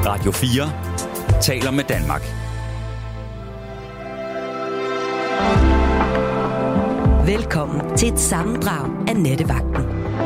Radio 4 taler med Danmark. Velkommen til et sammendrag af Nattevagten.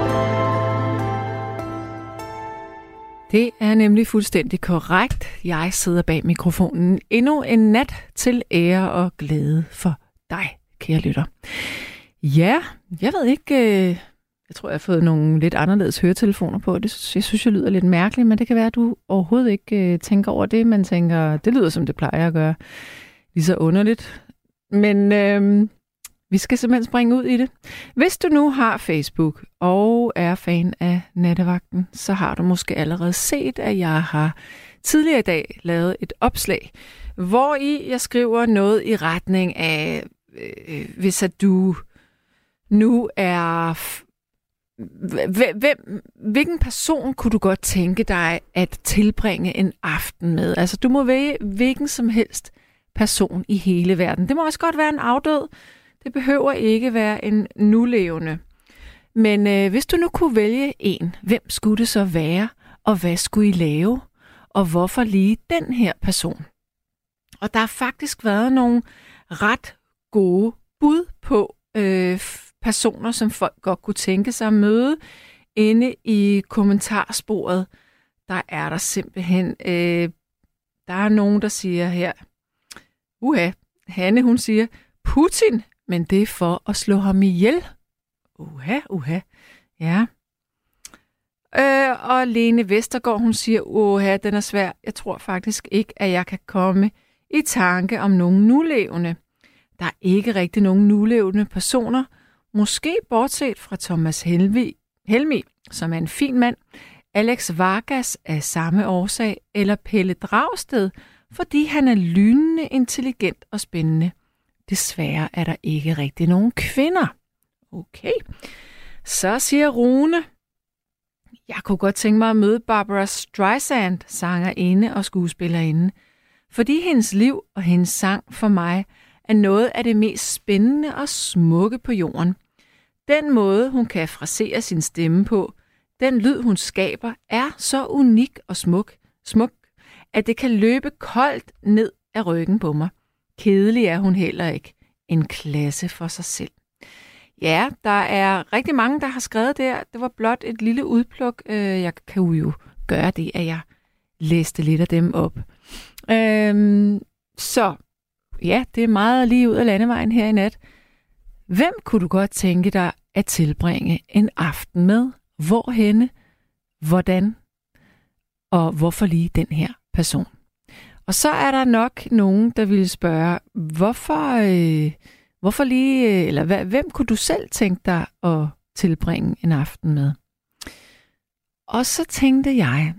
Det er nemlig fuldstændig korrekt. Jeg sidder bag mikrofonen endnu en nat til ære og glæde for dig, kære lytter. Ja, jeg ved ikke... Jeg tror, jeg har fået nogle lidt anderledes høretelefoner på. Jeg synes, jeg lyder lidt mærkeligt, men det kan være, at du overhovedet ikke tænker over det. Man tænker, det lyder, som det plejer at gøre. Lige så underligt. Men vi skal simpelthen springe ud i det. Hvis du nu har Facebook og er fan af Nattevagten, så har du måske allerede set, at jeg har tidligere i dag lavet et opslag, hvor jeg skriver noget i retning af, hvis at du nu er... Hvilken person kunne du godt tænke dig at tilbringe en aften med? Altså, du må vælge hvilken som helst person i hele verden. Det må også godt være en afdød. Det behøver ikke være en nulevende. Men hvis du nu kunne vælge en, hvem skulle det så være? Og hvad skulle I lave? Og hvorfor lige den her person? Og der har faktisk været nogle ret gode bud på personer, som folk godt kunne tænke sig at møde. Inde i kommentarsporet, der er der simpelthen, der er nogen, der siger her, Hanne, hun siger, Putin, men det er for at slå ham ihjel. Ja. Og Lene Vestergaard, hun siger, den er svær. Jeg tror faktisk ikke, at jeg kan komme i tanke om nogen nulevende. Der er ikke rigtig nogen nulevende personer, måske bortset fra Thomas Helmig, som er en fin mand, Alex Vargas af samme årsag, eller Pelle Dragsted, fordi han er lynende, intelligent og spændende. Desværre er der ikke rigtig nogen kvinder. Okay. Så siger Rune, jeg kunne godt tænke mig at møde Barbara Streisand, sangerinde og skuespillerinde, fordi hendes liv og hendes sang for mig er noget af det mest spændende og smukke på jorden. Den måde, hun kan frasere sin stemme på, den lyd, hun skaber, er så unik og smuk, at det kan løbe koldt ned ad ryggen på mig. Kedelig er hun heller ikke. En klasse for sig selv. Ja, der er rigtig mange, der har skrevet der. Det var blot et lille udpluk. Jeg kan jo gøre det, at jeg læste lidt af dem op. Så ja, det er meget lige ud af landevejen her i nat. Hvem kunne du godt tænke dig at tilbringe en aften med? Hvorhenne? Hvordan? Og hvorfor lige den her person? Og så er der nok nogen, der vil spørge, hvorfor lige, eller hvem kunne du selv tænke dig at tilbringe en aften med? Og så tænkte jeg,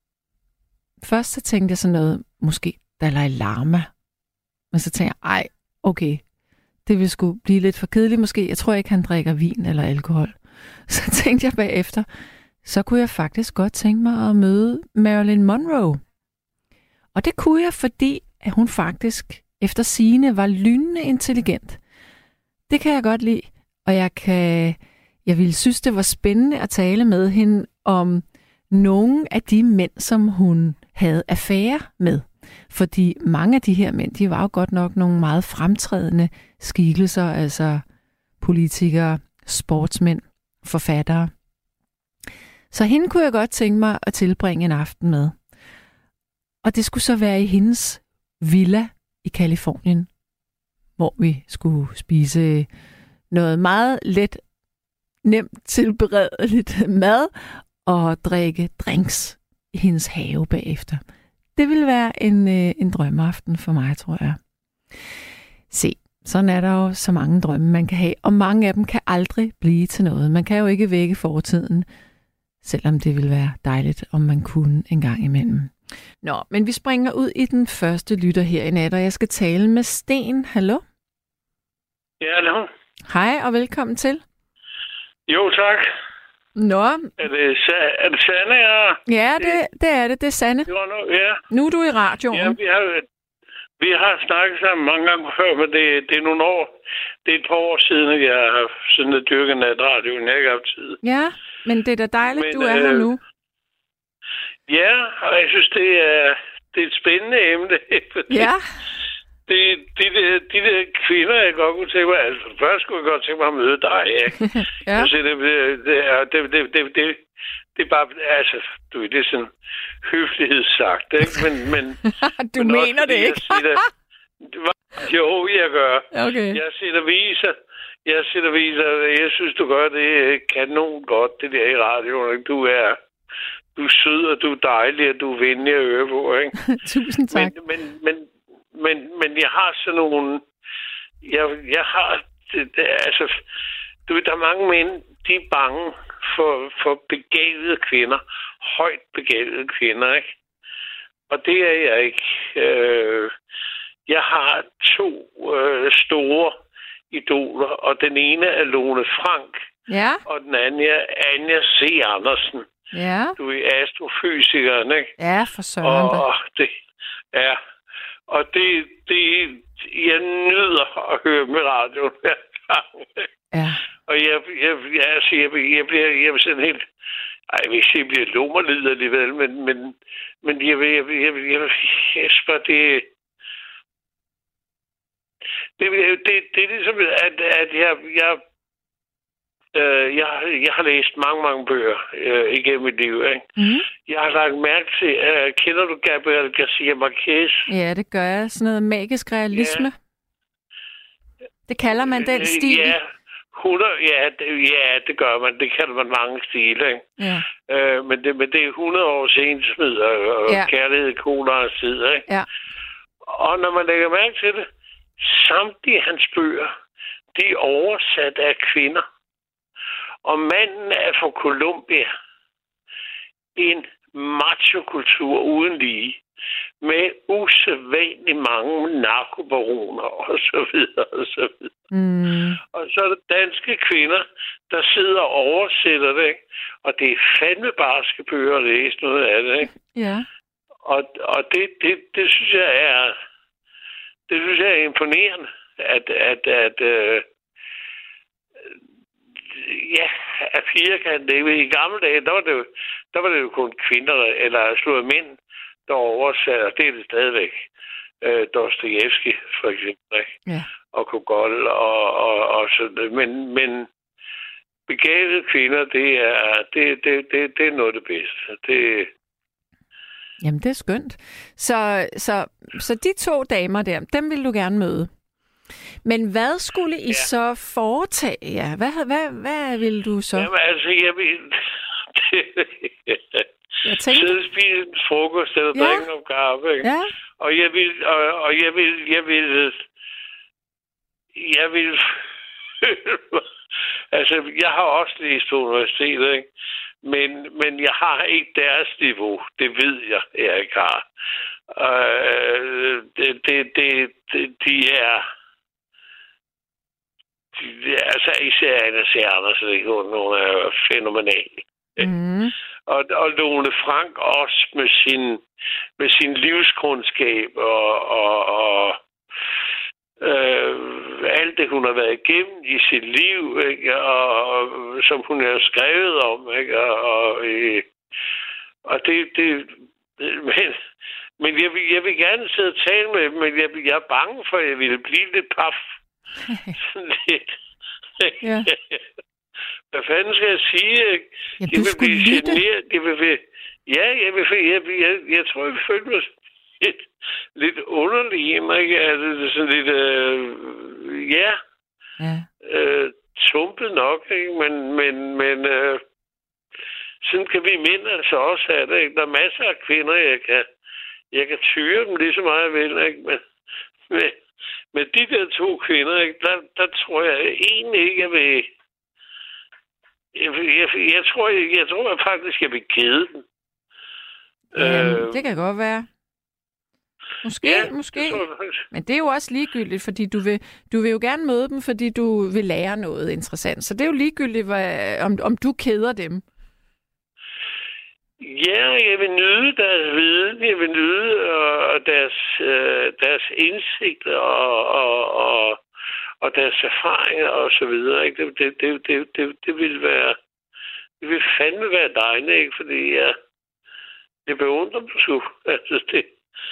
først tænkte jeg sådan noget, måske Dalai Lama. Men så tænkte jeg, okay, det ville sgu blive lidt for kedeligt måske. Jeg tror ikke, han drikker vin eller alkohol. Så tænkte jeg bagefter, så kunne jeg faktisk godt tænke mig at møde Marilyn Monroe. Og det kunne jeg, fordi at hun faktisk efter sigende var lynende intelligent. Det kan jeg godt lide, og jeg ville synes, det var spændende at tale med hende om nogle af de mænd, som hun havde affære med. Fordi mange af de her mænd, de var jo godt nok nogle meget fremtrædende skikkelser, altså politikere, sportsmænd, forfattere. Så hende kunne jeg godt tænke mig at tilbringe en aften med. Og det skulle så være i hendes villa i Californien, hvor vi skulle spise noget meget nemt tilberedeligt mad og drikke drinks i hendes have bagefter. Det ville være en drømmeaften for mig, tror jeg. Se, sådan er der jo så mange drømme, man kan have, og mange af dem kan aldrig blive til noget. Man kan jo ikke vække fortiden, selvom det ville være dejligt, om man kunne en gang imellem. Nå, men vi springer ud i den første lytter her i nat, og jeg skal tale med Sten. Hallo? Ja, hallo. Hej, og velkommen til. Jo, tak. Nå. Er det Sanne? Ja, det er det. Det er Sanne. Ja. Nu er du i radioen. Ja, vi har snakket sammen mange gange før, men det er nogle år. Det er et par år siden, at jeg har sådan at dyrke natradioen. Jeg har ikke haft tid. Ja, men det er da dejligt, du er her nu. Ja, og jeg synes, det er et spændende emne. Ja. De der kvinder, jeg godt kunne tænke mig... Altså, først skulle jeg godt tænke mig at møde dig, ikke? Ja. Altså, det er bare... Altså, det er sådan høflighedssagt, ikke? Men Du men mener det ikke? Jo, jeg gør. Okay. Jeg sætter viser. Jeg synes, du gør det kanon godt, det der i radioen. Du er sød, og du er dejlig, og du er venlig at høre på, ikke? Tusind tak. Men jeg har sådan nogle... Jeg har... Altså, du ved, der er mange mænd, de er bange for begavede kvinder. Højt begavede kvinder, ikke? Og det er jeg ikke. Jeg har 2 store idoler, og den ene er Lone Frank, Ja. og den anden er Anja C. Andersen. Ja. Du er astrofysikeren, ikke? Ja, for søren da. Og det er... Og det jeg nyder at høre med radioen hver gang. Ja. Og jeg bliver sådan helt... Ej, jeg vil ikke sige, at jeg bliver lummerlid alligevel, men jeg spørger, det er ligesom, at jeg har læst mange bøger igennem mit liv, ikke? Mm. Jeg har lagt mærke til, kender du Gabriel Garcia Marquez? Ja, det gør jeg. Sådan noget magisk realisme. Ja. Det kalder man den stil. Ja, det gør man. Det kalder man mange stile, ikke? Ja. Men det er 100 års ensomhed og kærlighed, kone og tid, ikke? Ja. Og når man lægger mærke til det, samtlige hans bøger, de er oversat af kvinder. Og manden er fra Colombia. En machokultur uden lige. Med usædvanligt mange narkobaroner og så videre og så videre. Mm. Og så er der danske kvinder, der sidder og oversætter det, ikke? Og det er fandme barske bøger at læse noget af det, ikke? Ja. Og det synes jeg er... Det synes jeg er imponerende, at piger kan det. I gamle dage, der var det jo kun kvinder, eller slået mænd, der oversatte, og det er det stadigvæk. Dostojevskij, for eksempel, ikke? Ja. Og Gogol, og sådan. Men begavede kvinder, det er noget af det bedste. Jamen, det er skønt. Så de 2 damer der, dem vil du gerne møde. Men hvad skulle I så foretage? Ja, hvad vil du så? Jamen, altså, jeg vil... sidde og spise en frokost eller drikke noget kaffe, ikke? Ja. Og jeg vil altså, jeg har også læst på universitetet, ikke? Men jeg har ikke deres niveau. Det ved jeg ikke har. De er altså især Anna C. Andersen, hun er fænomenal. Mm. Og Lone Frank også med sin livskundskab og alt det, hun har været igennem i sit liv, ikke? Og som hun har skrevet om, ikke? Og det men jeg vil gerne sidde og tale med dem, men jeg er bange for, at jeg ville blive lidt paf. Sådan lidt. Ja. Hvad fanden skal jeg sige? Ja, du skulle lytte. Jeg tror, jeg følte mig lidt underlig, ikke? Altså, sådan lidt, tumpet nok, ikke? Men sådan kan vi mænd altså også have det, ikke? Der er masser af kvinder, jeg kan tyre dem lige så meget, jeg vil, ikke? Men de der 2 kvinder, ikke? Der tror jeg egentlig ikke, jeg vil... Jeg tror faktisk, jeg vil kede dem. Det kan godt være. Måske. Men det er jo også ligegyldigt, fordi du vil jo gerne møde dem, fordi du vil lære noget interessant. Så det er jo ligegyldigt, om du keder dem. Ja, jeg vil nyde deres viden, jeg vil nyde deres indsigt og deres erfaringer og så videre. Ikke? Det vil fandme være dejligt, ikke? Fordi Det beundrer mig sgu. Altså, det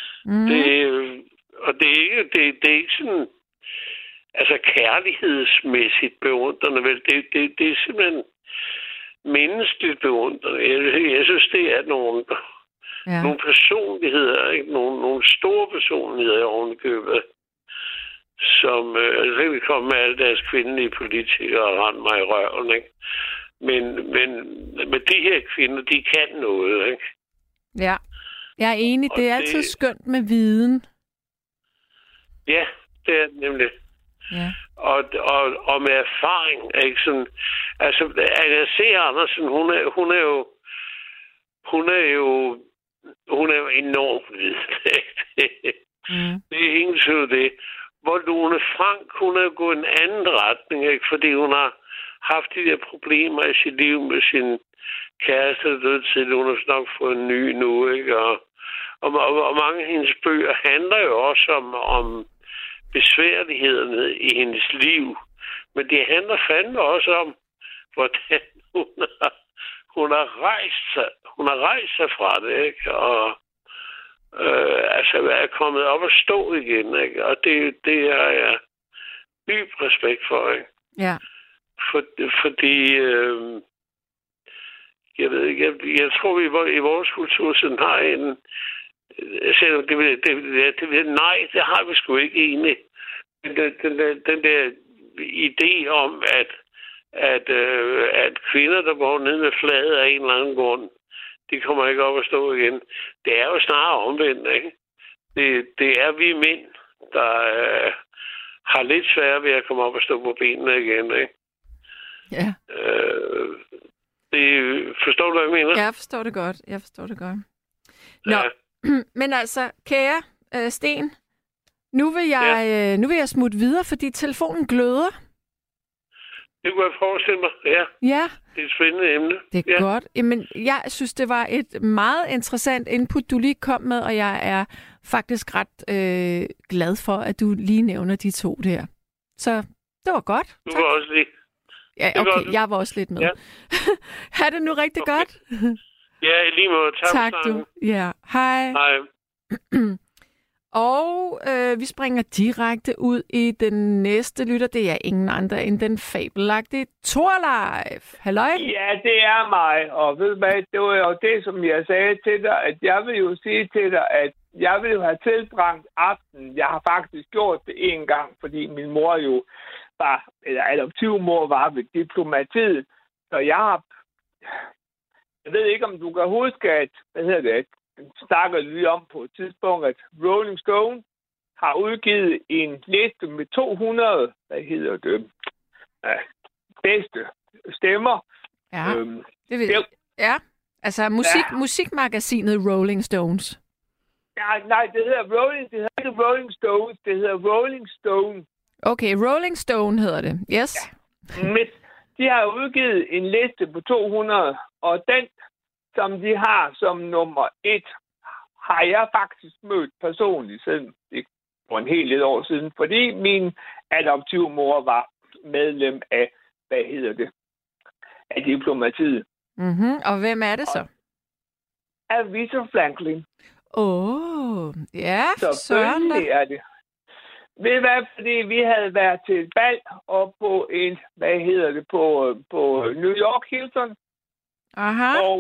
er ikke sådan, altså kærlighedsmæssigt beundrende, vel? Det er simpelthen menneskeligt beundrende. Jeg synes, det er nogle personligheder, ikke? Nogle store personligheder i ovenikøbet, som så vil komme med alle deres kvindelige politikere og rende mig i røven, ikke? Men de her kvinder, de kan noget, ikke? Ja, jeg er enig. Det er altid skønt med viden. Ja, det er det nemlig. Ja. Og med erfaring, ikke sådan... Altså, Anna C. Andersen, hun er jo enormt vidende. Det er ingen tvivl det. Hvor Lone Frank, hun er gået en anden retning, ikke? Fordi hun har haft de der problemer i sit liv med sin kæreste, der døde til. Hun har nok fået en ny nu, ikke? Og mange af hendes bøger handler jo også om besværlighederne i hendes liv. Men det handler fandme også om, hvordan hun har rejst sig fra det, ikke? Og altså er kommet op og stå igen, ikke? Og det har jeg dyb respekt for, ikke? Ja. Fordi jeg tror, vi i vores kultur sådan har en... Selvom nej, det har vi sgu ikke egentlig. Den der idé om, at kvinder, der går ned med flaget af en eller anden grund, de kommer ikke op at stå igen. Det er jo snarere omvendt, ikke? Det er vi mænd, der har lidt svært ved at komme op og stå på benene igen, ikke? Ja. Forstår du, hvad jeg mener? Ja, jeg forstår det godt. Nå, ja. Men altså, kære Sten, nu vil jeg smutte videre, fordi telefonen gløder. Det kunne jeg forestille mig, ja. Ja. Det er et spændende emne. Det er godt. Jamen, jeg synes, det var et meget interessant input, du lige kom med, og jeg er faktisk ret glad for, at du lige nævner de to der. Så det var godt. Du var også lige. Ja, okay, jeg var også lidt med. Ja. Ha' det nu rigtig godt. Ja, lige måde. Tak du. Ja, hej. Hej. Og vi springer direkte ud i den næste lytter. Det er ingen andre end den fabelagtige Thorleif. Halløj? Ja, det er mig. Og ved du hvad, det var jo det, som jeg sagde til dig, at jeg vil jo sige til dig, at jeg vil jo have tilbragt aften. Jeg har faktisk gjort det en gang, fordi min mor jo var, eller adoptivmor var ved diplomatiet. Så jeg ved ikke, om du kan huske, at, snakker lige om på et tidspunkt, at Rolling Stone har udgivet en liste med 200, bedste stemmer. Ja, det ved jeg. Ja, altså musikmagasinet Rolling Stones. Ja, nej, det hedder ikke Rolling Stones, det hedder Rolling Stone. Okay, Rolling Stone hedder det, yes. Ja. Men de har udgivet en liste på 200, og den, som de har som nummer 1, har jeg faktisk mødt personligt siden for en hel lidt år siden, fordi min adoptivmor var medlem af, af diplomatiet. Mm-hmm. Og hvem er det så? Aretha Franklin. Ja, selvfølgelig er det. Ved du hvad, fordi vi havde været til et bal og på en, på New York Hilton. Aha. Og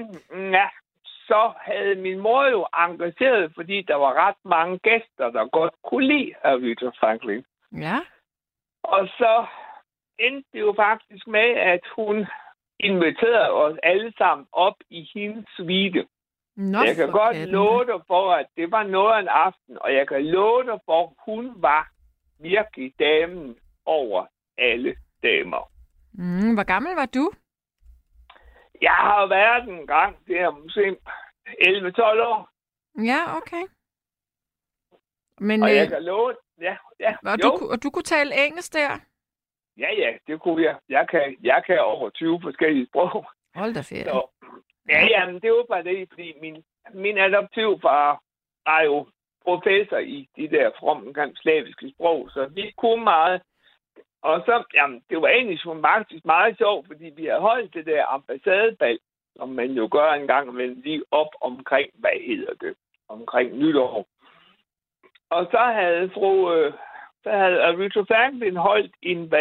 så havde min mor jo engageret, fordi der var ret mange gæster, der godt kunne lide Aretha Franklin. Ja. Og så endte det jo faktisk med, at hun inviterede os alle sammen op i hendes suite. Jeg kan godt love dig for, at det var noget af en aften, og jeg kan love dig for, at hun var virkelig damen over alle damer. Hvor gammel var du? Jeg har været en gang, det er måske 11-12 år. Ja, okay. Men, og jeg kan love, ja. Og du kunne tale engelsk der? Ja, det kunne jeg. Jeg kan over 20 forskellige sprog. Hold da fedt. Ja, men det var bare det, fordi min adoptivfar er jo professor i de der fromme slaviske sprog, så vi kunne meget. Og så, det var egentlig faktisk meget sjovt, fordi vi havde holdt det der ambassadebal som man jo gør en gang imellem lige op omkring, omkring nytår. Og så havde Aretha Franklin holdt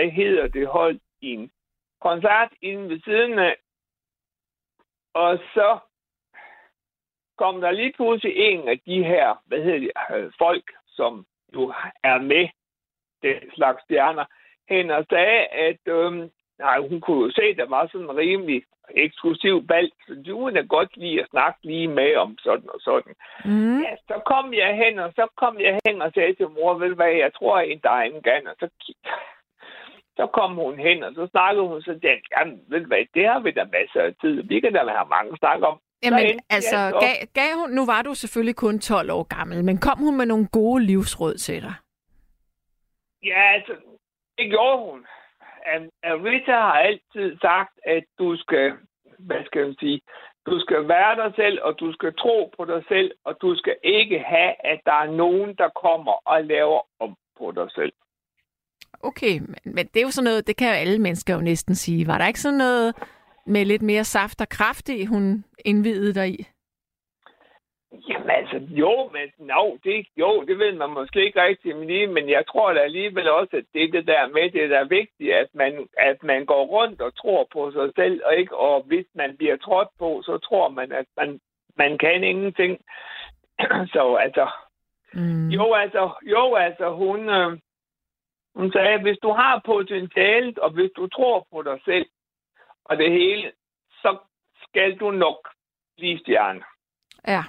en koncert inde ved siden af. Og så kom der lige pludselig en af de her, folk, som jo er med den slags stjerner, hen og sagde, at hun kunne jo se, at der var sådan en rimelig eksklusiv valg, så hun er godt lige at snakke lige med om sådan og sådan. Mm. Ja, så kom jeg hen og sagde til mor, ved hvad, jeg tror, at der er en gang, og så kom hun hen, og så snakkede hun så, ved hvad, det har vi da masser af tid, vi kan da have mange snak om. Jamen, altså, gav hun, nu var du selvfølgelig kun 12 år gammel, men kom hun med nogle gode livsråd til dig? Ja, altså, det gjorde hun. Aretha har altid sagt, at du skal, du skal være dig selv, og du skal tro på dig selv, og du skal ikke have, at der er nogen, der kommer og laver om på dig selv. Okay, men det er jo sådan noget, det kan jo alle mennesker jo næsten sige. Var der ikke sådan noget med lidt mere saft og kraft i, hun indvidede dig i? Jamen altså, det ved man måske ikke rigtig, men jeg tror da alligevel også, at det er det der med, det der er vigtigt, at man går rundt og tror på sig selv, og hvis man bliver trådt på, så tror man, at man kan ingenting. Så altså, hun sagde, at hvis du har potentialet, og hvis du tror på dig selv, og det hele, så skal du nok blive stjerne. Ja.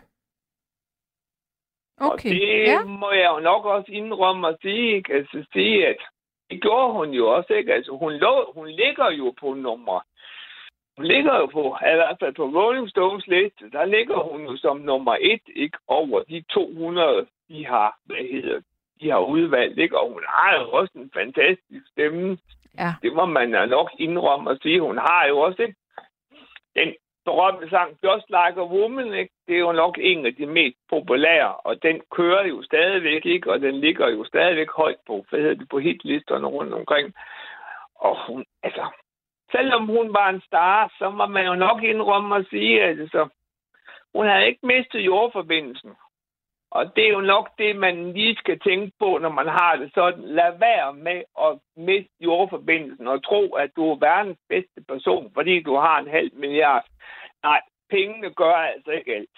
Okay. Og det må jeg jo nok også indrømme at sige, ikke? Altså sige, at det gjorde hun jo også, ikke? Altså hun ligger jo på nummer. Hun ligger jo på, i hvert fald på Rolling Stones liste, der ligger hun jo som nummer 1, ikke? Over de 200, de har udvalgt, ikke? Og hun har jo også en fantastisk stemme. Ja. Det må man nok indrømme at sige. Hun har jo også, ikke? Den berømte sang Just Like a Woman, ikke? Det er jo nok en af de mest populære, og den kører jo stadigvæk, ikke? Og den ligger jo stadigvæk højt på hitlisterne rundt omkring. Og hun, altså, selvom hun var en star, så må man jo nok indrømme at sige, at altså, hun havde ikke mistet jordforbindelsen. Og det er jo nok det, man lige skal tænke på, når man har det sådan. Lad være med at miste jordforbindelsen og tro, at du er verdens bedste person, fordi du har 500 milliard. Nej, pengene gør altså ikke alt.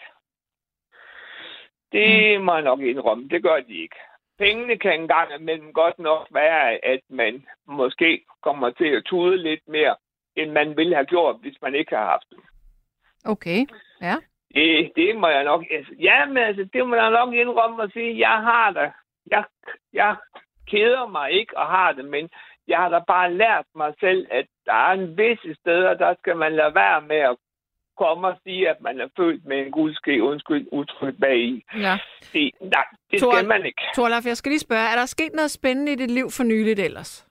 Det må jeg nok indrømme. Det gør de ikke. Pengene kan engang imellem godt nok være, at man måske kommer til at tude lidt mere, end man ville have gjort, hvis man ikke har haft dem. Okay, ja. Det må jeg nok... Altså, det må jeg nok indrømme at sige. Jeg har det. Jeg keder mig ikke og har det, men jeg har da bare lært mig selv, at der er en visse steder, der skal man lade være med at komme og sige, at man er født med en guldske, udtryk bagi. Ja. Det skal man ikke. Torleif, jeg skal lige spørge, er der sket noget spændende i dit liv for nyligt ellers?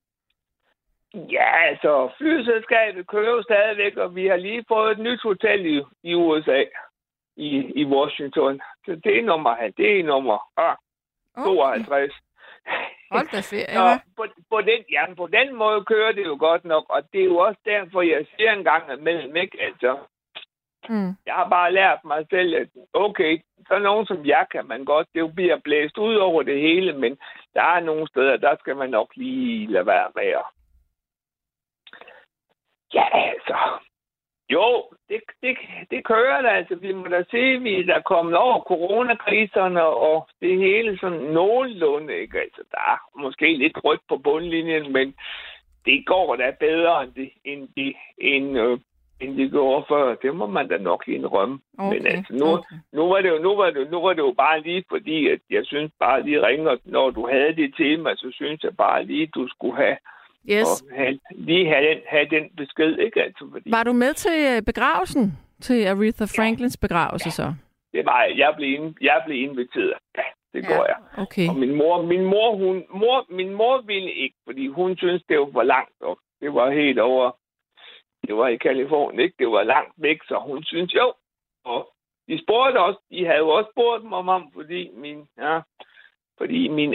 Ja, altså, flyselskabet kører jo stadigvæk, og vi har lige fået et nyt hotel i USA, i Washington. Så det er nummer 52. Hold da ferie, på den måde kører det jo godt nok, og det er jo også derfor, jeg siger en gang imellem, ikke? Altså, jeg har bare lært mig selv, at okay, så nogen som jeg kan man godt, det bliver blæst ud over det hele, men der er nogle steder, der skal man nok lige lade være med at... Ja, altså. Jo, det kører da. Altså, vi må da se, at vi er kommet over coronakriserne, og det hele sådan nogenlunde, ikke? Altså, der er måske lidt rødt på bundlinjen, men det går da bedre end det gjorde før. Det må man da nok indrømme. Okay, men altså, nu var det jo bare lige fordi, at jeg synes bare lige ringer, når du havde det tema, så synes jeg bare lige, du skulle have have den besked, ikke? Altså, fordi... Var du med til begravelsen? Til Aretha Franklins begravelse, så? Det var jeg. Jeg blev inviteret. Ja, det går jeg. Okay. Og min mor ville ikke, fordi hun synes det var for langt, og det var helt over. Det var i Californien, ikke? Det var langt væk, så hun synes jo. Og de spurgte også, de havde jo også spurgt mig om, fordi min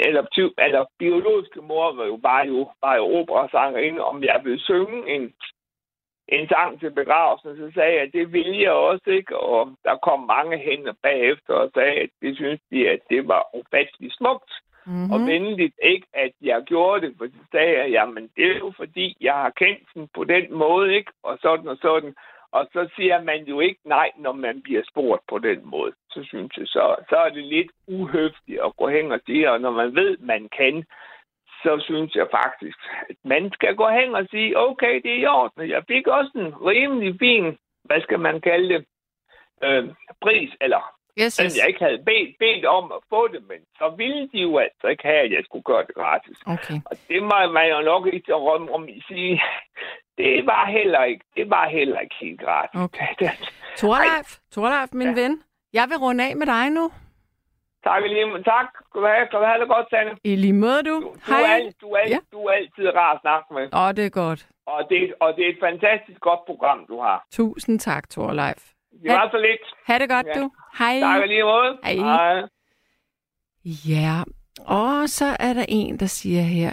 biologiske mor var jo operasangerinde, om jeg ville synge en sang til begravelsen, så sagde jeg, at det ville jeg også, ikke? Og der kom mange hænder bagefter og sagde, at det synes de, at det var ufatteligt smukt og venligt, ikke? At jeg gjorde det, for så sagde jeg, jamen det er jo fordi, jeg har kendt den på den måde, ikke? Og sådan og sådan. Og så siger man jo ikke nej, når man bliver spurgt på den måde. Så synes jeg, så er det lidt uhøfligt at gå hen og sige, og når man ved, man kan, så synes jeg faktisk, at man skal gå hen og sige, okay, det er i orden. Jeg fik også en rimelig fin, hvad skal man kalde det, pris, eller yes. Jeg ikke havde bedt om at få det, men så ville de jo altså ikke have, at jeg skulle gøre det gratis. Okay. Og det må man jo nok ikke om at sige, det var heller ikke helt gratis. Okay. Torleif, min ven, jeg vil runde af med dig nu. Tak lige. Tak. Kan du have det godt, Sanne? I lige måde, du. Hej. Du er altid rar at snakke med. Det er godt. Og det er et fantastisk godt program, du har. Tusind tak, Torleif. Det var så lidt. Ha' det godt, du. Hej. Tak lige måde. Hej. Ja, og så er der en, der siger her,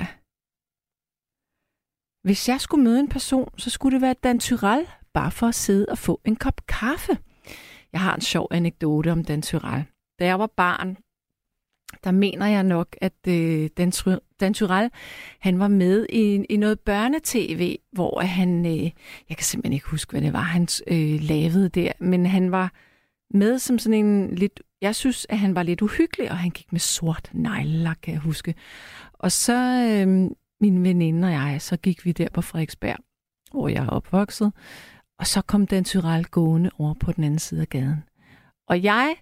hvis jeg skulle møde en person, så skulle det være Dan Tyrell, bare for at sidde og få en kop kaffe. Jeg har en sjov anekdote om Dan Tyrell. Da jeg var barn, der mener jeg nok, at Dan Tyrell, han var med i noget børnetv, hvor han, jeg kan simpelthen ikke huske, hvad det var, han lavede der, men han var med som sådan en lidt, jeg synes, at han var lidt uhyggelig, og han gik med sort neglelak, kan jeg huske. Og så min veninde og jeg, så gik vi der på Frederiksberg, hvor jeg er opvokset, og så kom Dan Tyrell gående over på den anden side af gaden. Og jeg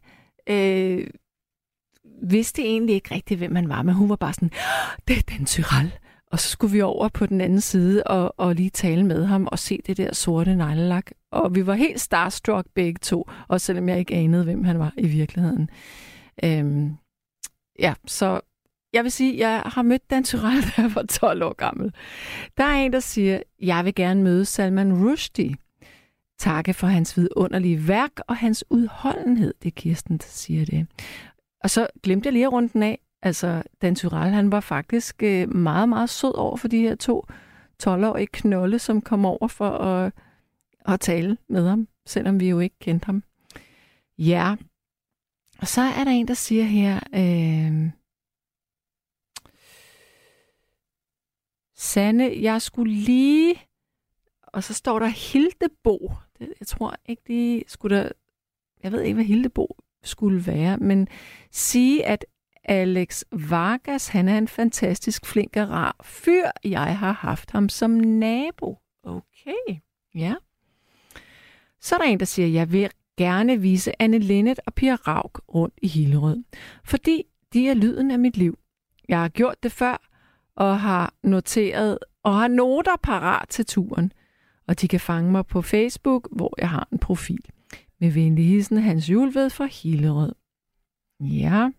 vidste egentlig ikke rigtigt, hvem han var, men hun var bare sådan, det er Dan Tyrell. Og så skulle vi over på den anden side og lige tale med ham og se det der sorte neglelak. Og vi var helt starstruck begge to, også selvom jeg ikke anede, hvem han var i virkeligheden. Så jeg vil sige, at jeg har mødt Dan Tyrell, da jeg var 12 år gammel. Der er en, der siger, jeg vil gerne møde Salman Rushdie. Takke for hans vidunderlige værk og hans udholdenhed. Det er Kirsten, der siger det. Og så glemte jeg lige at runde den af. Altså, Dan Tyrell, han var faktisk meget, meget sød over for de her 2 12-årige knolde, som kom over for at tale med ham, selvom vi jo ikke kendte ham. Ja. Og så er der en, der siger her, Sanne, jeg skulle lige... Og så står der Hildebo. Jeg tror ikke, de skulle der... Jeg ved ikke, hvad Hildebo skulle være, men sige, at Alex Vargas, han er en fantastisk flink og rar fyr. Jeg har haft ham som nabo. Okay, ja. Så er der en, der siger, jeg vil gerne vise Anne Linnet og Pia Rauk rundt i Hillerød, fordi de er lyden af mit liv. Jeg har gjort det før, og har noteret og har noter parat til turen. Og de kan fange mig på Facebook, hvor jeg har en profil. Med venlig hilsen Hans Julved fra Hillerød. Ja.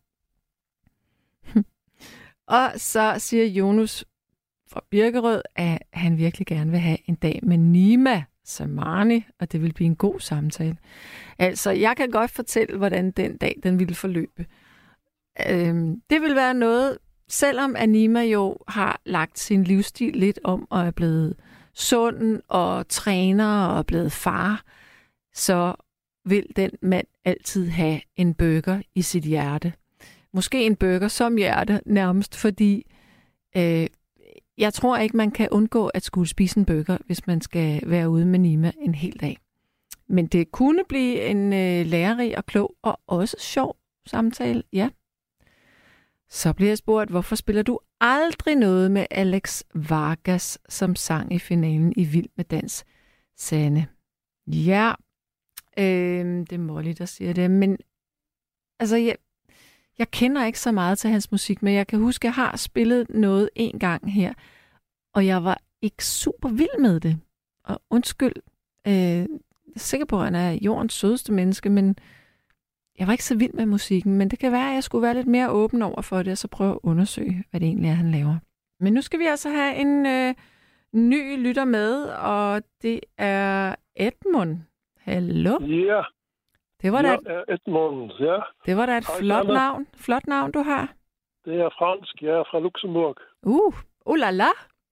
Og så siger Jonas fra Birkerød, at han virkelig gerne vil have en dag med Nima Samani, og det vil blive en god samtale. Altså, jeg kan godt fortælle, hvordan den dag den ville forløbe. Det vil være noget, selvom Anima jo har lagt sin livsstil lidt om og er blevet sund og træner og er blevet far, så vil den mand altid have en burger i sit hjerte. Måske en burger som hjerte nærmest, fordi jeg tror ikke, man kan undgå at skulle spise en burger, hvis man skal være ude med Nima en hel dag. Men det kunne blive en lærerig og klog og også sjov samtale, ja. Så bliver jeg spurgt, hvorfor spiller du aldrig noget med Alex Vargas, som sang i finalen i Vild med Dans, Sanne? Ja, det er Molly, der siger det. Men altså, jeg kender ikke så meget til hans musik, men jeg kan huske, at jeg har spillet noget en gang her, og jeg var ikke super vild med det. Og undskyld, jeg er sikker på, at han er jordens sødeste menneske, men jeg var ikke så vild med musikken, men det kan være, at jeg skulle være lidt mere åben over for det, og så prøve at undersøge, hvad det egentlig er, han laver. Men nu skal vi altså have en ny lytter med, og det er Edmund. Hallo? Ja, det var Edmund, ja. Det var da et flot navn, du har. Det er fransk, jeg er fra Luxembourg. La la.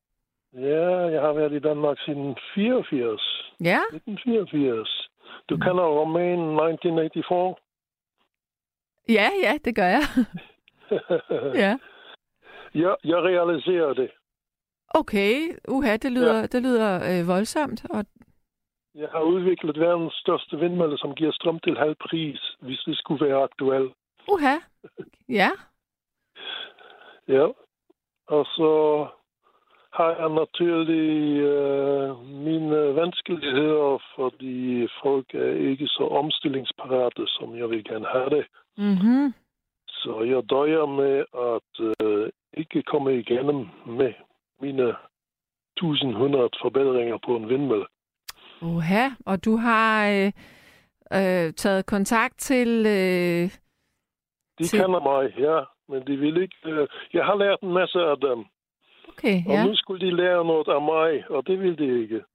Ja, jeg har været i Danmark siden 84. Ja? 1984. Du kender romanen 1984? Ja, det gør jeg. Ja. Jeg realiserer det. Okay, det lyder voldsomt. Og... Jeg har udviklet verdens største vindmølle, som giver strøm til halv pris, hvis det skulle være aktuelt. Ja. Ja, og så har jeg naturligt mine vanskeligheder, fordi folk er ikke så omstillingsparate, som jeg vil gerne have det. Mm-hmm. Så jeg døjer med at ikke komme igennem med mine 1100 forbedringer på en vindmølle. Og du har taget kontakt til... De kender mig, ja, men de vil ikke... jeg har lært en masse af dem. Okay, ja. Og nu skulle de lære noget af mig, og det vil de ikke.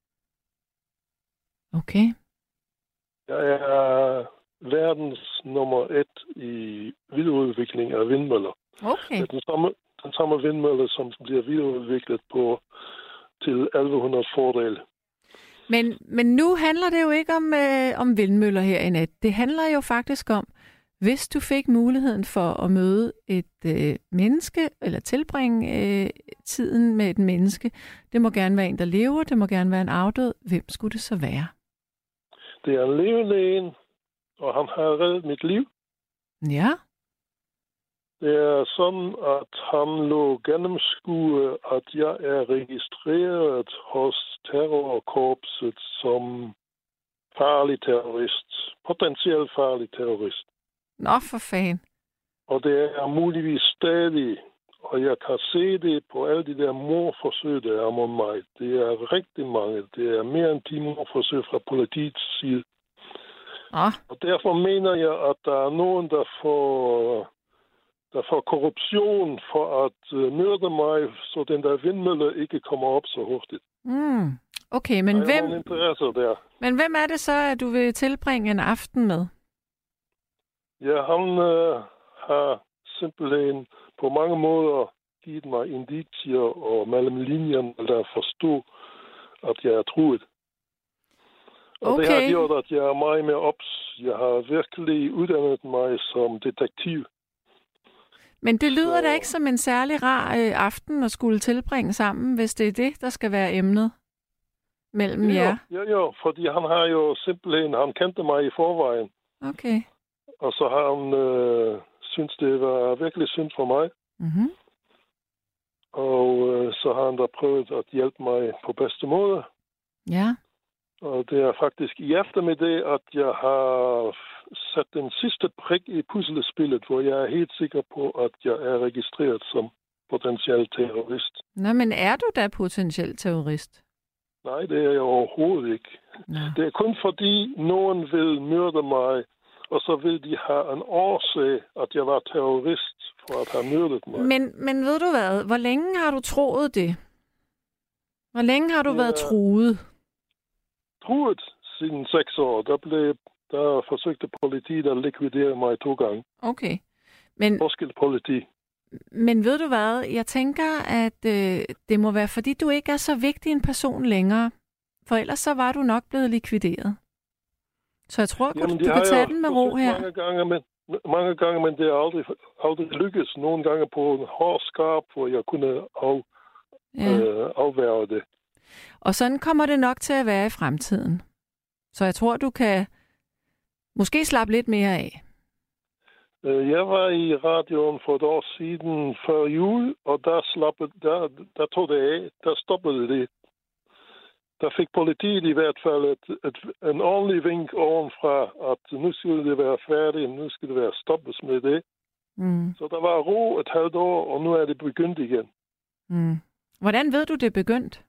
Okay. Jeg er verdens nummer 1 i videreudvikling af vindmøller. Okay. Det er den samme vindmølle, som bliver videreudviklet på til 1100 fordele. Men nu handler det jo ikke om vindmøller her i nat. Det handler jo faktisk om, hvis du fik muligheden for at møde et menneske, eller tilbringe tiden med et menneske, det må gerne være en, der lever, det må gerne være en afdød. Hvem skulle det så være? Det er en levende en, og han har reddet mit liv. Ja. Det er sådan, at han lå gennemskue, at jeg er registreret hos terrorkorpset som farlig terrorist. Potentielt farlig terrorist. Nå, for fanden. Og det er muligvis stadig, og jeg kan se det på alle de der mordforsøg, der er mod mig. Det er rigtig mange. Det er mere end 10 mordforsøg fra politiets side. Og derfor mener jeg, at der er nogen, der får korruption for at myrde mig, så den der vindmølle ikke kommer op så hurtigt. Okay, men hvem er det så, at du vil tilbringe en aften med? Ja, han har simpelthen på mange måder givet mig indicier og mellem linjerne, der forstod, at jeg er truet. Og det har gjort, at jeg er meget mere ops. Jeg har virkelig uddannet mig som detektiv. Men det lyder da ikke som en særlig rar aften at skulle tilbringe sammen, hvis det er det, der skal være emnet mellem jer. Jo, fordi han har jo simpelthen, han kendte mig i forvejen. Okay. Og så har han synes det var virkelig synd for mig. Mm-hmm. Og så har han da prøvet at hjælpe mig på bedste måde. Ja. Og det er faktisk i eftermiddag, at jeg har sat den sidste prik i puslespillet, hvor jeg er helt sikker på, at jeg er registreret som potentiel terrorist. Nå, men er du da potentiel terrorist? Nej, det er jeg overhovedet ikke. Nå. Det er kun fordi nogen vil myrde mig, og så vil de have en årsag, at jeg var terrorist for at have myrdet mig. Men ved du hvad? Hvor længe har du troet det? Hvor længe har du været truet? Truet siden 6 år. Der forsøgte politiet at likvidere mig 2 gange. Okay. Politi. Men ved du hvad? Jeg tænker, at det må være, fordi du ikke er så vigtig en person længere. For ellers så var du nok blevet likvideret. Så jeg tror, du kan tage den med ro her. Mange gange, men det er aldrig lykkes. Nogle gange på en hård skarp, hvor jeg kunne afværge det. Og sådan kommer det nok til at være i fremtiden. Så jeg tror, du kan måske slappe lidt mere af. Jeg var i radioen for et år siden før jul, og der tog det af. Der stoppede det. Der fik politiet i hvert fald en ordentlig vink ovenfra, at nu skulle det være færdigt, nu skulle det være stoppet med det. Mm. Så der var ro et halvt år, og nu er det begyndt igen. Mm. Hvordan ved du, det er begyndt?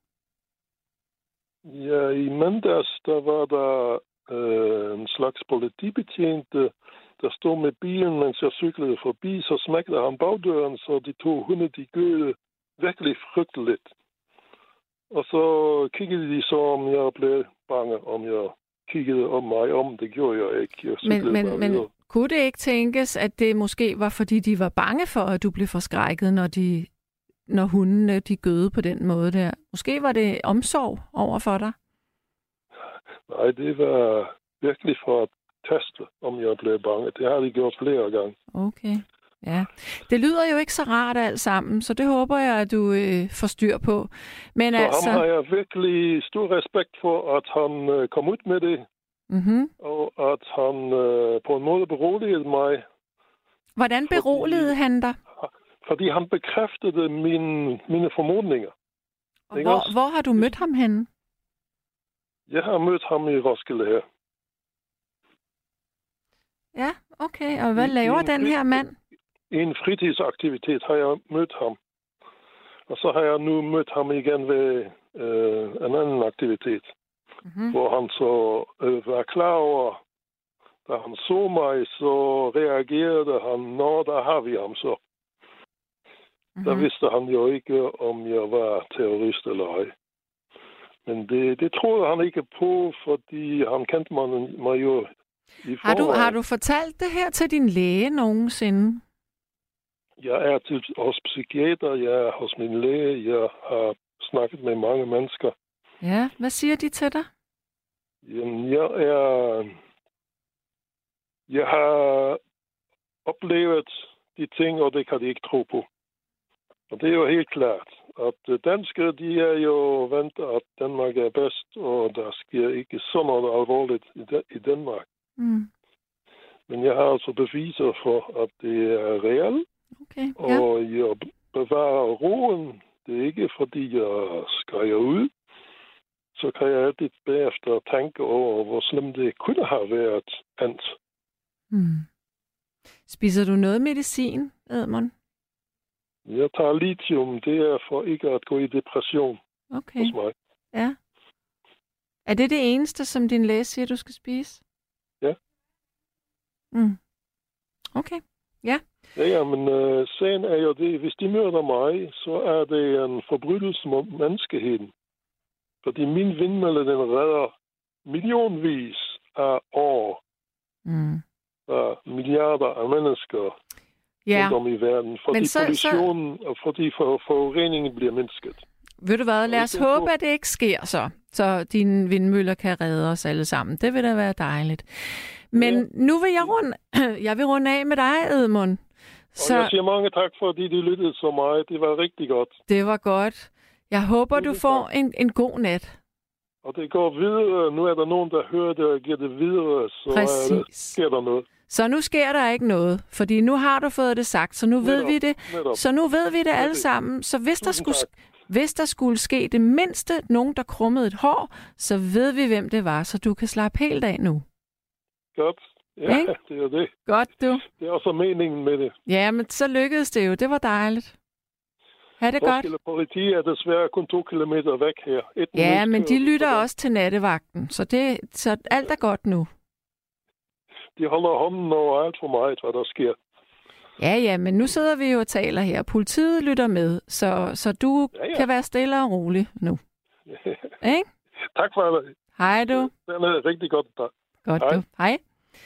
Ja, i mandags, der var der en slags politibetjent, der stod med bilen, mens jeg cyklede forbi, så smækkede han bagdøren, så de 2 hunde, de gøede virkelig frygteligt. Og så kiggede de så, om jeg blev bange, om jeg kiggede om mig om. Det gjorde jeg ikke. Men kunne det ikke tænkes, at det måske var, fordi de var bange for, at du blev forskrækket, når de når hundene de gøede på den måde der? Måske var det omsorg over for dig? Nej, det var virkelig for at teste, om jeg blev bange. Det har de gjort flere gange. Okay, ja. Det lyder jo ikke så rart alt sammen, så det håber jeg, at du får styr på. Men så altså... ham har jeg virkelig stor respekt for, at han kom ud med det. Mm-hmm. Og at han på en måde beroligede mig. Hvordan beroligede han dig? Fordi han bekræftede mine formodninger. Og hvor har du mødt ham henne? Jeg har mødt ham i Roskilde her. Ja, okay. Og hvad laver den her mand? I en fritidsaktivitet har jeg mødt ham. Og så har jeg nu mødt ham igen ved en anden aktivitet. Mm-hmm. Hvor han så var klar over, da han så mig, så reagerede han, der har vi ham så. Mm-hmm. Der vidste han jo ikke, om jeg var terrorist eller ej. Men det troede han ikke på, fordi han kendte mig jo i forvejen. Har du fortalt det her til din læge nogensinde? Jeg er hos psykiater, jeg er hos min læge, jeg har snakket med mange mennesker. Ja, hvad siger de til dig? Jamen, jeg har oplevet de ting, og det kan de ikke tro på. Og det er jo helt klart, at danskere, de er jo vant, at Danmark er bedst, og der sker ikke så noget alvorligt i Danmark. Mm. Men jeg har altså beviser for, at det er reelt, og jeg bevarer roen. Det er ikke, fordi jeg skriger ud. Så kan jeg altid bagefter tænke over, hvor slemt det kunne have været andet. Hmm. Spiser du noget medicin, Edmund? Jeg tager lithium. Det er for ikke at gå i depression hos mig. Ja. Er det det eneste, som din læge siger, du skal spise? Ja. Mm. Okay, ja. Ja, men sagen er jo det, hvis de myrder mig, så er det en forbrydelse mod menneskeheden. Fordi min vindmølle, den redder millionvis af år af milliarder af mennesker rundt om i verden. Fordi pollutionen og fordi forureningen bliver mindsket. Ved du hvad, lad os håbe, at det ikke sker så dine vindmøller kan redde os alle sammen. Det vil da være dejligt. Men nu vil jeg vil runde af med dig, Edmund. Så... Og jeg siger mange tak, fordi de lyttede så meget. Det var rigtig godt. Det var godt. Jeg håber, du får en god nat. Og det går videre. Nu er der nogen, der hører det og giver det videre, så sker der noget. Så nu sker der ikke noget, fordi nu har du fået det sagt, så nu ved vi det. Så nu ved vi det alle sammen. Så hvis der skulle ske det mindste, nogen der krummede et hår, så ved vi, hvem det var, så du kan slappe helt af nu. Godt. Ja, det er det. Godt, du. Det er også meningen med det. Ja, men så lykkedes det jo. Det var dejligt. Ha' det godt. Politi er desværre kun 2 kilometer væk her. Ja, men de lytter også til nattevagten, så alt er godt nu. De holder hånden over alt for meget, hvad der sker. Ja, men nu sidder vi jo og taler her. Politiet lytter med, så du kan være stille og rolig nu. Ikke? Tak for det. Hej du. Det er rigtig godt. Godt du. Hej.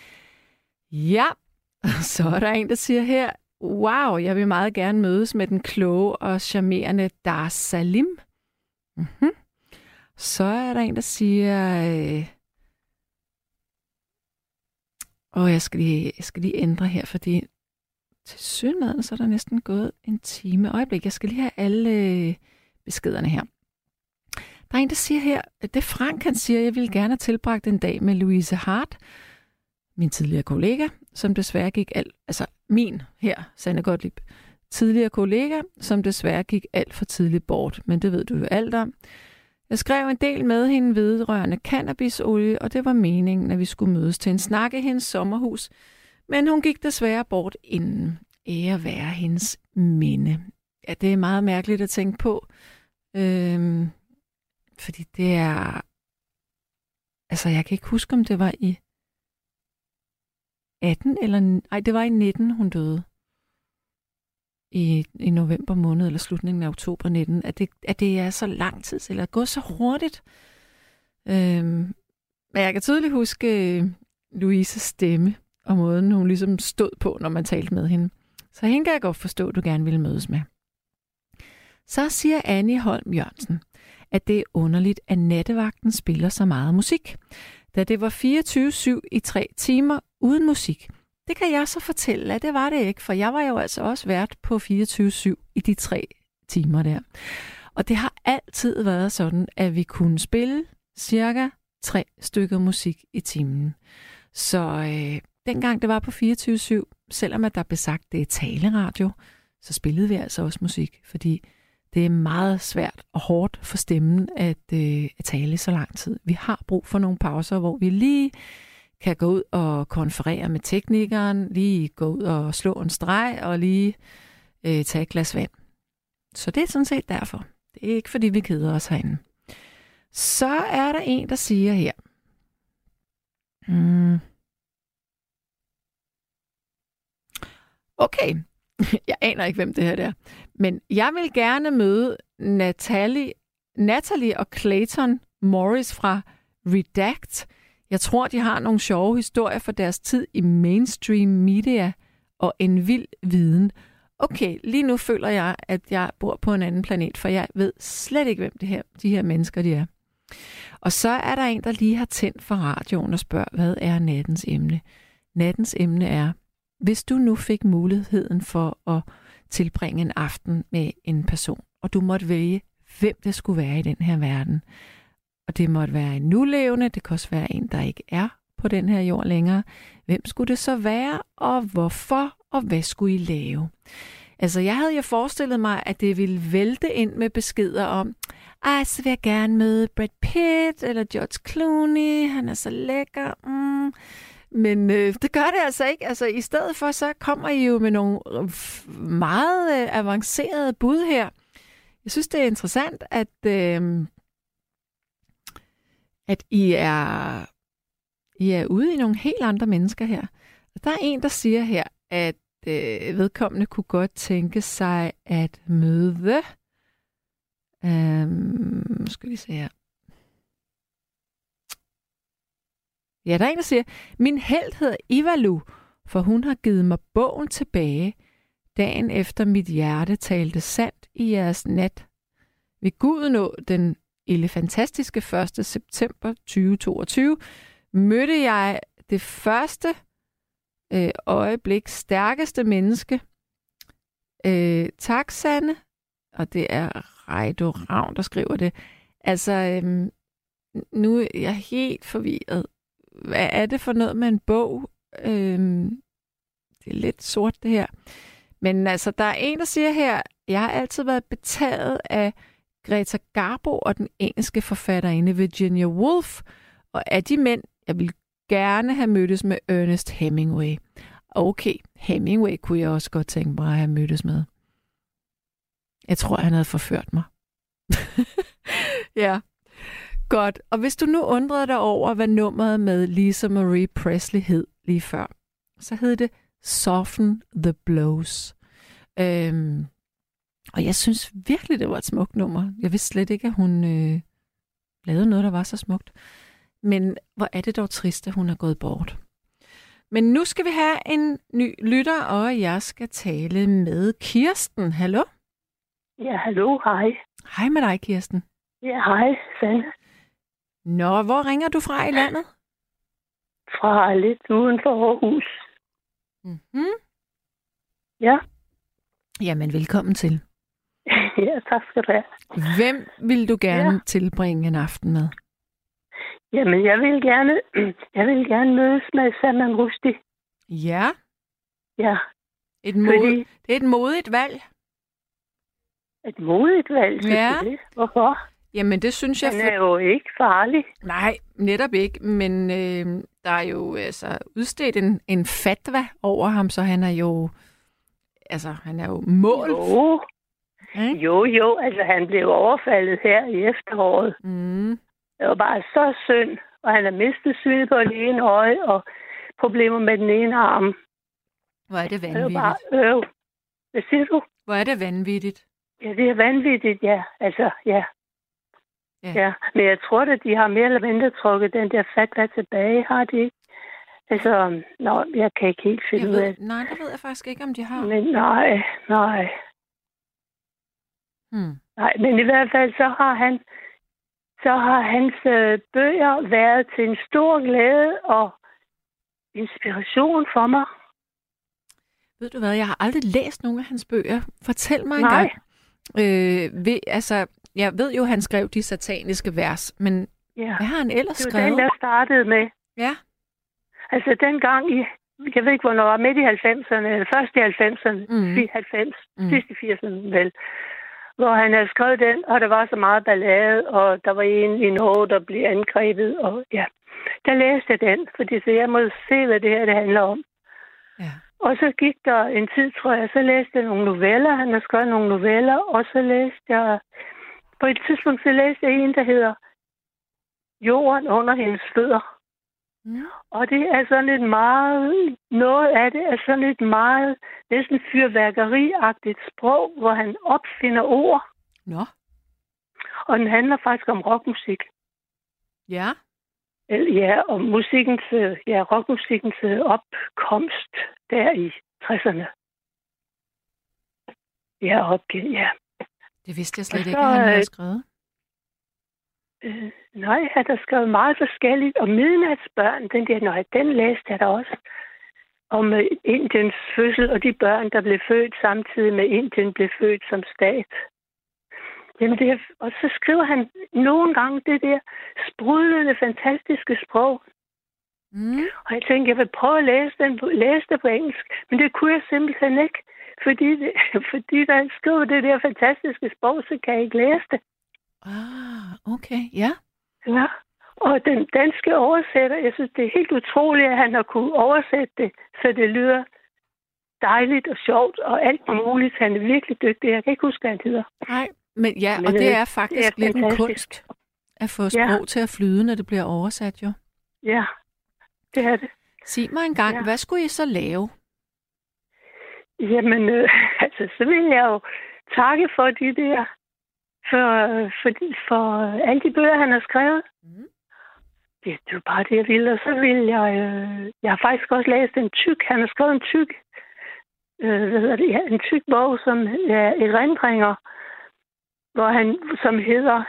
Ja, så er der en, der siger her, wow, jeg vil meget gerne mødes med den kloge og charmerende Dar Salim. Mm-hmm. Så er der en, der siger, jeg skal lige ændre her, fordi til synligheden, så er der næsten gået en time. Øjeblik, jeg skal lige have alle beskederne her. Der er en, der siger her, det Frank, han siger, jeg ville gerne have tilbragt en dag med Louise Hart, min tidligere kollega, som desværre gik min her, Sanne Gottlieb, tidligere kollega, som desværre gik alt for tidligt bort, men det ved du jo alt om. Jeg skrev en del med hende vedrørende cannabisolie, og det var meningen, at vi skulle mødes til en snak i hendes sommerhus, men hun gik desværre bort inden. Ære være hendes minde. Ja, det er meget mærkeligt at tænke på, fordi det er... jeg kan ikke huske, om det var i 18 eller... Nej, det var i 19, hun døde. I november måned, eller slutningen af oktober 19. At det er så lang tid, eller at gå så hurtigt. Men jeg kan tydeligt huske Louises stemme, og måden hun ligesom stod på, når man talte med hende. Så hende kan jeg godt forstå, at du gerne ville mødes med. så siger Annie Holm Jørgensen, at det er underligt, at nattevagten spiller så meget musik, da det var 24/7 i 3 timer uden musik. Det kan jeg så fortælle, at det var det ikke, for jeg var jo altså også vært på 24/7 i de 3 timer der. Og det har altid været sådan, at vi kunne spille cirka 3 stykker musik i timen. Så dengang det var på 24/7, selvom at der blev sagt, det er taleradio, så spillede vi altså også musik, fordi det er meget svært og hårdt for stemmen at tale så lang tid. Vi har brug for nogle pauser, hvor vi lige kan gå ud og konferere med teknikeren, lige gå ud og slå en streg og lige tage et glas vand. Så det er sådan set derfor. Det er ikke, fordi vi keder os herinde. Så er der en, der siger her. Okay, jeg aner ikke, hvem det her er. Men jeg vil gerne møde Natalie og Clayton Morris fra Redact. Jeg tror, de har nogle sjove historier fra deres tid i mainstream media og en vild viden. Okay, lige nu føler jeg, at jeg bor på en anden planet, for jeg ved slet ikke, hvem de her mennesker de er. Og så er der en, der lige har tændt for radioen og spørger, hvad er nattens emne? Nattens emne er, hvis du nu fik muligheden for at tilbringe en aften med en person, og du måtte vælge, hvem det skulle være i den her verden. Og det måtte være en nulevende, det kan også være en, der ikke er på den her jord længere. Hvem skulle det så være, og hvorfor, og hvad skulle I lave? Altså, jeg havde jo forestillet mig, at det ville vælte ind med beskeder om, så vil jeg gerne møde Brad Pitt eller George Clooney, han er så lækker. Men det gør det altså ikke. Altså, i stedet for, så kommer I jo med nogle meget avancerede bud her. Jeg synes, det er interessant, at I er ude i nogle helt andre mennesker her. Og der er en, der siger her, at vedkommende kunne godt tænke sig at møde... skal vi se her. Ja, der er en, der siger, min helt hedder Ivalu, for hun har givet mig bogen tilbage, dagen efter mit hjerte talte sandt i jeres nat. Ved Gud nå den elefantastiske 1. september 2022 mødte jeg det første øjeblik stærkeste menneske. Tak, Sanne. Og det er Reido Ravn, der skriver det. Altså, nu er jeg helt forvirret. Hvad er det for noget med en bog? Det er lidt sort, det her. Men altså, der er en, der siger her, jeg har altid været betaget af Greta Garbo og den engelske forfatterinde Virginia Woolf, og af de mænd, jeg ville gerne have mødtes med Ernest Hemingway. Okay, Hemingway kunne jeg også godt tænke mig at have mødtes med. Jeg tror, han havde forført mig. Ja, godt. Og hvis du nu undrede dig over, hvad nummeret med Lisa Marie Presley hed lige før, så hed det Soften the Blows. Og jeg synes virkelig, det var et smukt nummer. Jeg vidste slet ikke, at hun lavede noget, der var så smukt. Men hvor er det dog trist, at hun er gået bort. Men nu skal vi have en ny lytter, og jeg skal tale med Kirsten. Hallo? Ja, hallo, hej. Hej med dig, Kirsten. Ja, hej, Sanne. Nå, hvor ringer du fra i landet? Fra lidt uden for Aarhus. Mm-hmm. Ja. Jamen, velkommen til. Ja, tak skal du have. Hvem vil du gerne tilbringe en aften med? Jamen, jeg vil gerne mødes med Salman Rushdie. Ja? Ja. Det er et modigt valg. Et modigt valg, selvfølgelig. Ja. Hvorfor? Jamen, det synes jeg... Han er jo ikke farlig. Nej, netop ikke. Men der er jo udstedt en fatwa over ham, så han er jo... Altså, han er jo mål. Jo. Altså, han blev overfaldet her i efteråret. Mm. Det var bare så synd. Og han har mistet synet på det ene øje, og problemer med den ene arm. Hvor er det vanvittigt. Det var bare Hvad siger du? Hvor er det vanvittigt. Ja, det er vanvittigt, ja. Altså, ja. Ja. Men jeg tror, at de har mere eller mindre trukket den der fatwa tilbage, har de ikke? Altså, jeg kan ikke helt finde ud af det. Nej, det ved jeg faktisk ikke, om de har. Men nej. Nej, men i hvert fald så har hans bøger været til en stor glæde og inspiration for mig. Ved du hvad, jeg har aldrig læst nogen af hans bøger. Fortæl mig engang. Jeg ved jo, han skrev de sataniske vers, men hvad har han ellers skrevet? Det var den, jeg startede med. Ja. Altså dengang jeg ved ikke, hvornår, midt i 90'erne, eller først i 90'erne, 90, sidst i 80'erne vel, hvor han havde skrevet den, og der var så meget ballade, og der var en i Norge, der blev angrebet, og ja, der læste jeg den, fordi så jeg måtte se, hvad det her det handler om. Ja. Og så gik der en tid, tror jeg, så læste jeg nogle noveller, han har skrevet nogle noveller, og så læste jeg, på et tidspunkt så læste jeg en, der hedder Jorden under hendes fødder. Og det er sådan et meget, noget af det er sådan et meget næsten fyrværkeriagtigt sprog, hvor han opfinder ord. Nå. Og den handler faktisk om rockmusik. Ja. Ja, om rockmusikkens opkomst der i 60'erne. Ja. Det vidste jeg slet ikke, at han havde skrevet. Nej, han har skrevet meget forskelligt. Og Midnatsbørn, den læste jeg da også. Om Indiens fødsel og de børn, der blev født samtidig med Indien blev født som stat. Jamen og så skriver han nogle gange det der sprudlende, fantastiske sprog. Og jeg tænkte, jeg vil prøve at læse det på engelsk. Men det kunne jeg simpelthen ikke. Fordi der skriver det der fantastiske sprog, så kan jeg ikke læse det. Okay, ja. Ja, og den danske oversætter, jeg synes, det er helt utroligt, at han har kunne oversætte det, så det lyder dejligt og sjovt og alt muligt. Han er virkelig dygtig. Jeg kan ikke huske, hvad han hedder. Nej, men det er faktisk det er lidt en kunst at få sprog til at flyde, når det bliver oversat, jo. Ja, det er det. Sig mig engang, hvad skulle I så lave? Jamen, så vil jeg jo takke for de der for alle de bøger, han har skrevet. Det er jo bare det, jeg vil. Og så vil jeg har faktisk også læst han har skrevet en tyk bog, som er erindringer, som hedder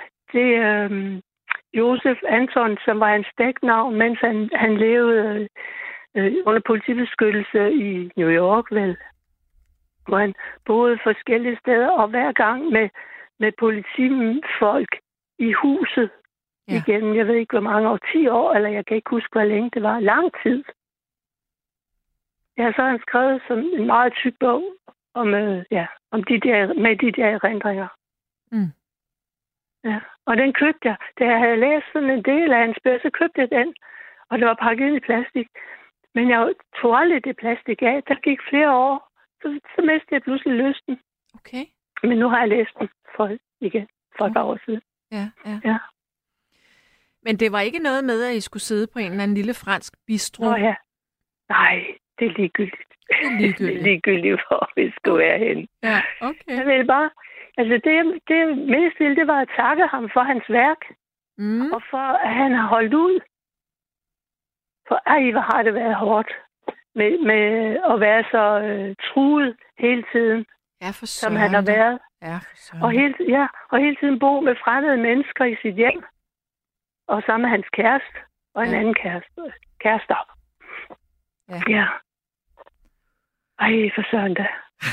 Josef Anton, som var hans dæknavn, mens han levede under politibeskyttelse i New York, vel. Hvor han boede forskellige steder, og hver gang med politifolk i huset igennem, jeg ved ikke hvor mange år, 10 år, eller jeg kan ikke huske, hvor længe det var, lang tid. Ja, så har han skrevet sådan en meget tyk bog om de der erindringer. Ja, og den købte jeg. Da jeg havde læst sådan en del af hans bøger, så købte jeg den, og det var pakket i plastik. Men jeg tog aldrig det plastik af. Der gik flere år, så mistede jeg pludselig lysten. Okay. Men nu har jeg læst den for et par år siden. Ja. Men det var ikke noget med, at I skulle sidde på en eller anden lille fransk bistro? Ja. Nej, det er ligegyldigt. Det er ligegyldigt, hvor vi skulle være henne. Ja, okay. Jeg vil bare... Altså, det mest vildt, det var at takke ham for hans værk. Og for, at han har holdt ud. For hvor har det været hårdt med at være så truet hele tiden. Ja, for søren. Som han har været. Ja, for søren. Og hele tiden bo med fremmede mennesker i sit hjem. Og sammen med hans kæreste. Og en anden kærester. Ja. Ej, for søren da.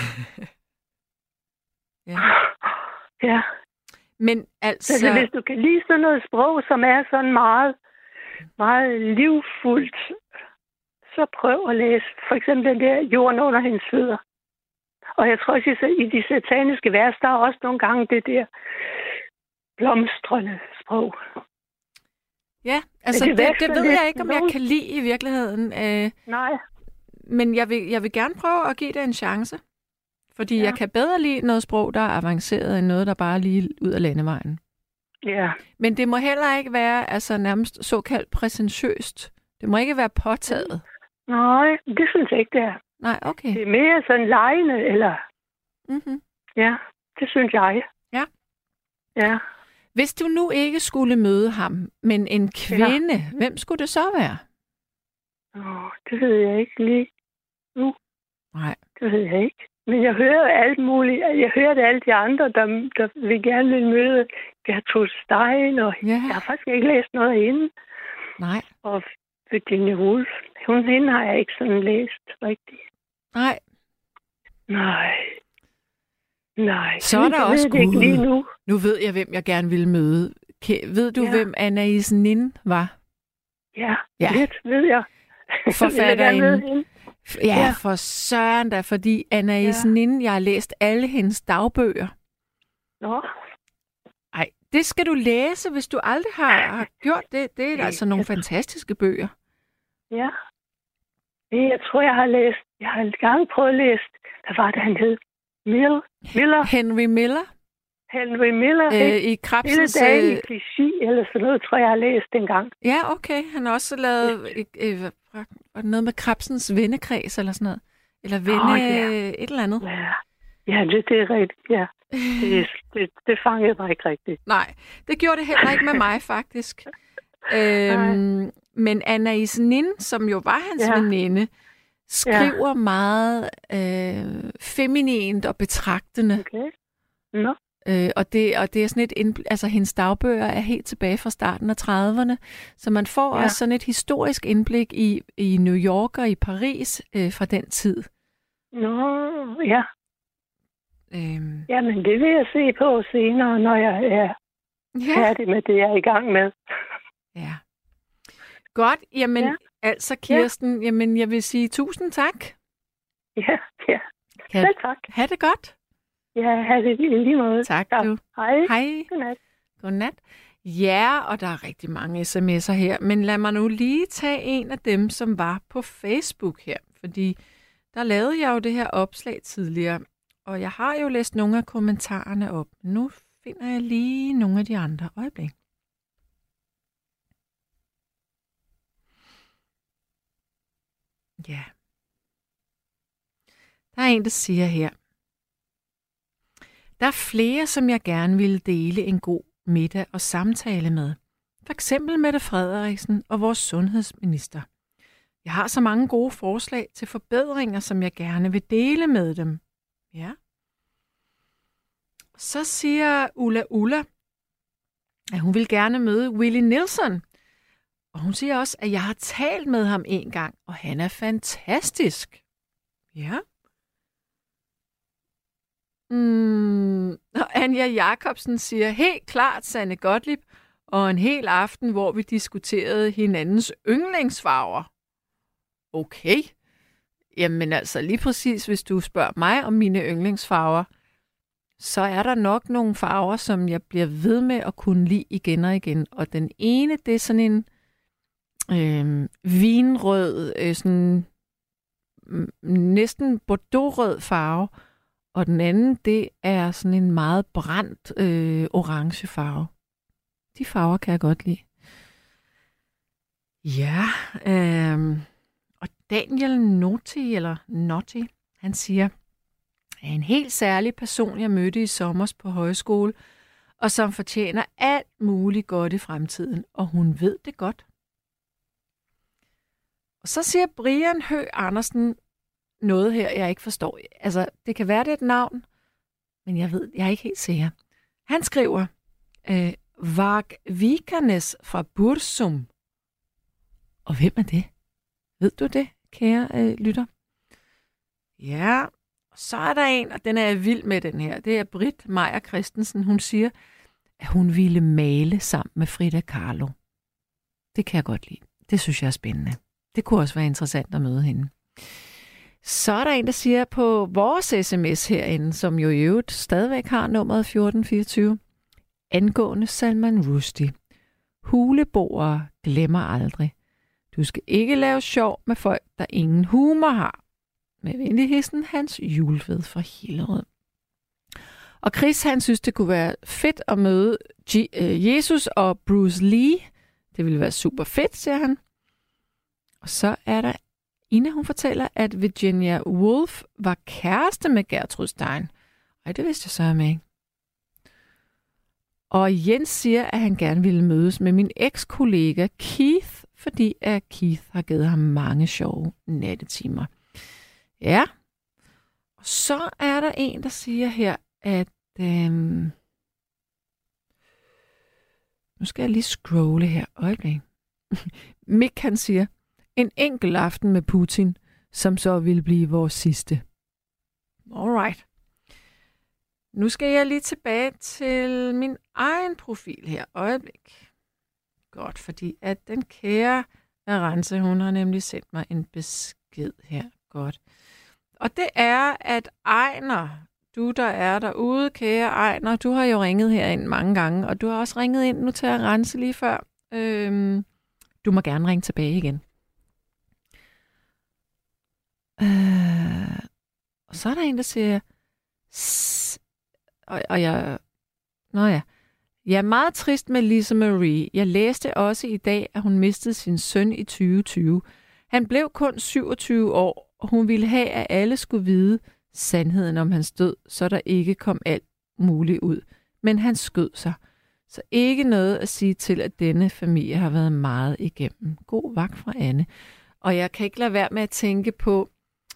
Ja. Men altså... Så hvis du kan lide sådan noget sprog, som er sådan meget, meget livfuldt, så prøv at læse for eksempel den der Jorden under hendes fødder. Og jeg tror også, at i de sataniske vers, der er også nogle gange det der blomstrende sprog. Ja, altså det ved jeg ikke, om jeg kan lide i virkeligheden. Nej. Men jeg vil gerne prøve at give det en chance. Fordi jeg kan bedre lide noget sprog, der er avanceret, end noget, der bare er lige ud af landevejen. Ja. Men det må heller ikke være nærmest såkaldt præsentiøst. Det må ikke være påtaget. Nej, det synes jeg ikke, det er. Nej, okay. Det er mere sådan legende, eller... Ja, det synes jeg. Ja. Hvis du nu ikke skulle møde ham, men en kvinde, hvem skulle det så være? Det ved jeg ikke lige nu. Nej. Det ved jeg ikke. Men jeg hører alt muligt. Jeg hørte alle de andre, der vil gerne vil møde Gertrud Stein, og jeg har faktisk ikke læst noget af hende. Nej. Og Virginia Woolf. Hende har jeg ikke sådan læst rigtigt. Nej. Så er der også ikke lige nu. Nu ved jeg, hvem jeg gerne vil møde. Ved du, hvem Anais Nin var? Ja, lidt ved jeg. Forfatterinde. Ja, for søren da, fordi Anais Nin, jeg har læst alle hendes dagbøger. Nå. Ej, det skal du læse, hvis du aldrig har gjort det. Det er altså nogle fantastiske bøger. Ja. Jeg tror, jeg har en gang prøvet at læse, hvad var det, han hed? Miller? Henry Miller. I Krebsens... Lille Clichy, eller sådan noget, tror jeg har læst engang. Ja, okay. Han har også lavet noget med Krebsens vennekreds, eller sådan noget. Eller et eller andet. Ja, det er rigtigt, ja. Det fangede mig ikke rigtigt. Nej, det gjorde det heller ikke med mig, faktisk. Men Anais Nin, som jo var hans veninde, skriver meget feminint og betragtende. Okay. Nå. Og det er sådan altså hendes dagbøger er helt tilbage fra starten af 30'erne, så man får også sådan et historisk indblik i New York og i Paris fra den tid. Nå, ja. Jamen, det vil jeg se på senere, når jeg er færdig med det, jeg er i gang med. Ja. Godt, jamen altså Kirsten, jamen jeg vil sige 1000 tak. Ja. Selv tak. Ha' det godt. Ja, ha' det i lige måde. Tak du. Hej. Godnat. Ja, og der er rigtig mange sms'er her, men lad mig nu lige tage en af dem, som var på Facebook her, fordi der lavede jeg jo det her opslag tidligere, og jeg har jo læst nogle af kommentarerne op. Nu finder jeg lige nogle af de andre. Øjeblik. Ja. Der er en, der siger her. Der er flere, som jeg gerne ville dele en god middag og samtale med. For eksempel Mette Frederiksen og vores sundhedsminister. Jeg har så mange gode forslag til forbedringer, som jeg gerne vil dele med dem. Ja. Så siger Ulla, at hun vil gerne møde Willie Nelson. Og hun siger også, at jeg har talt med ham en gang, og han er fantastisk. Ja. Og Anja Jacobsen siger, helt klart Sanne Gottlieb, og en hel aften, hvor vi diskuterede hinandens yndlingsfarver. Okay. Jamen altså, lige præcis, hvis du spørger mig om mine yndlingsfarver, så er der nok nogle farver, som jeg bliver ved med at kunne lide igen og igen. Og den ene, det er sådan en vinrød, sådan næsten bordeauxrød farve. Og den anden, det er sådan en meget brændt orange farve. De farver kan jeg godt lide. Ja, og Daniel Notti, han siger, er en helt særlig person, jeg mødte i sommer på højskole, og som fortjener alt muligt godt i fremtiden, og hun ved det godt. Og så siger Brian Høgh Andersen noget her, jeg ikke forstår. Altså, det kan være, det er et navn, men jeg er ikke helt sikker. Han skriver, Varg Vikernes fra Bursum. Og hvem er det? Ved du det, kære lytter? Ja, og så er der en, og den er jeg vild med, den her. Det er Britt Meier Christensen. Hun siger, at hun ville male sammen med Frida Kahlo. Det kan jeg godt lide. Det synes jeg er spændende. Det kunne også være interessant at møde hende. Så er der en, der siger på vores sms herinde, som jo i øvrigt stadigvæk har nummeret 1424, angående Salman Rushdie. Huleboere glemmer aldrig. Du skal ikke lave sjov med folk, der ingen humor har. Med venlig hilsen, Hans Julved fra Hillerød. Og Chris, han synes, det kunne være fedt at møde Jesus og Bruce Lee. Det ville være super fedt, siger han. Og så er der Ina, hun fortæller, at Virginia Woolf var kæreste med Gertrud Stein. Ej, det vidste jeg så med, ikke? Og Jens siger, at han gerne ville mødes med min eks-kollega Keith, fordi at Keith har givet ham mange sjove nattetimer. Ja. Og Så er der en, der siger her, at nu skal jeg lige scrolle her. Øjeblik. Mick, han siger, en enkelt aften med Putin, som så ville blive vores sidste. Alright. Nu skal jeg lige tilbage til min egen profil her. Øjeblik. Godt, fordi at den kære Arance, hun har nemlig sendt mig en besked her. Godt. Og det er, at Ejner, du der er derude, kære Ejner, du har jo ringet herind mange gange, og du har også ringet ind nu til Arance lige før. Du må gerne ringe tilbage igen. Og så er der en, der siger, jeg er meget trist med Lisa Marie. Jeg læste også i dag, at hun mistede sin søn i 2020. Han blev kun 27 år, og hun ville have, at alle skulle vide sandheden om hans død, så der ikke kom alt muligt ud. Men han skød sig. Så ikke noget at sige til, at denne familie har været meget igennem. God vagt fra Anne. Og jeg kan ikke lade være med at tænke på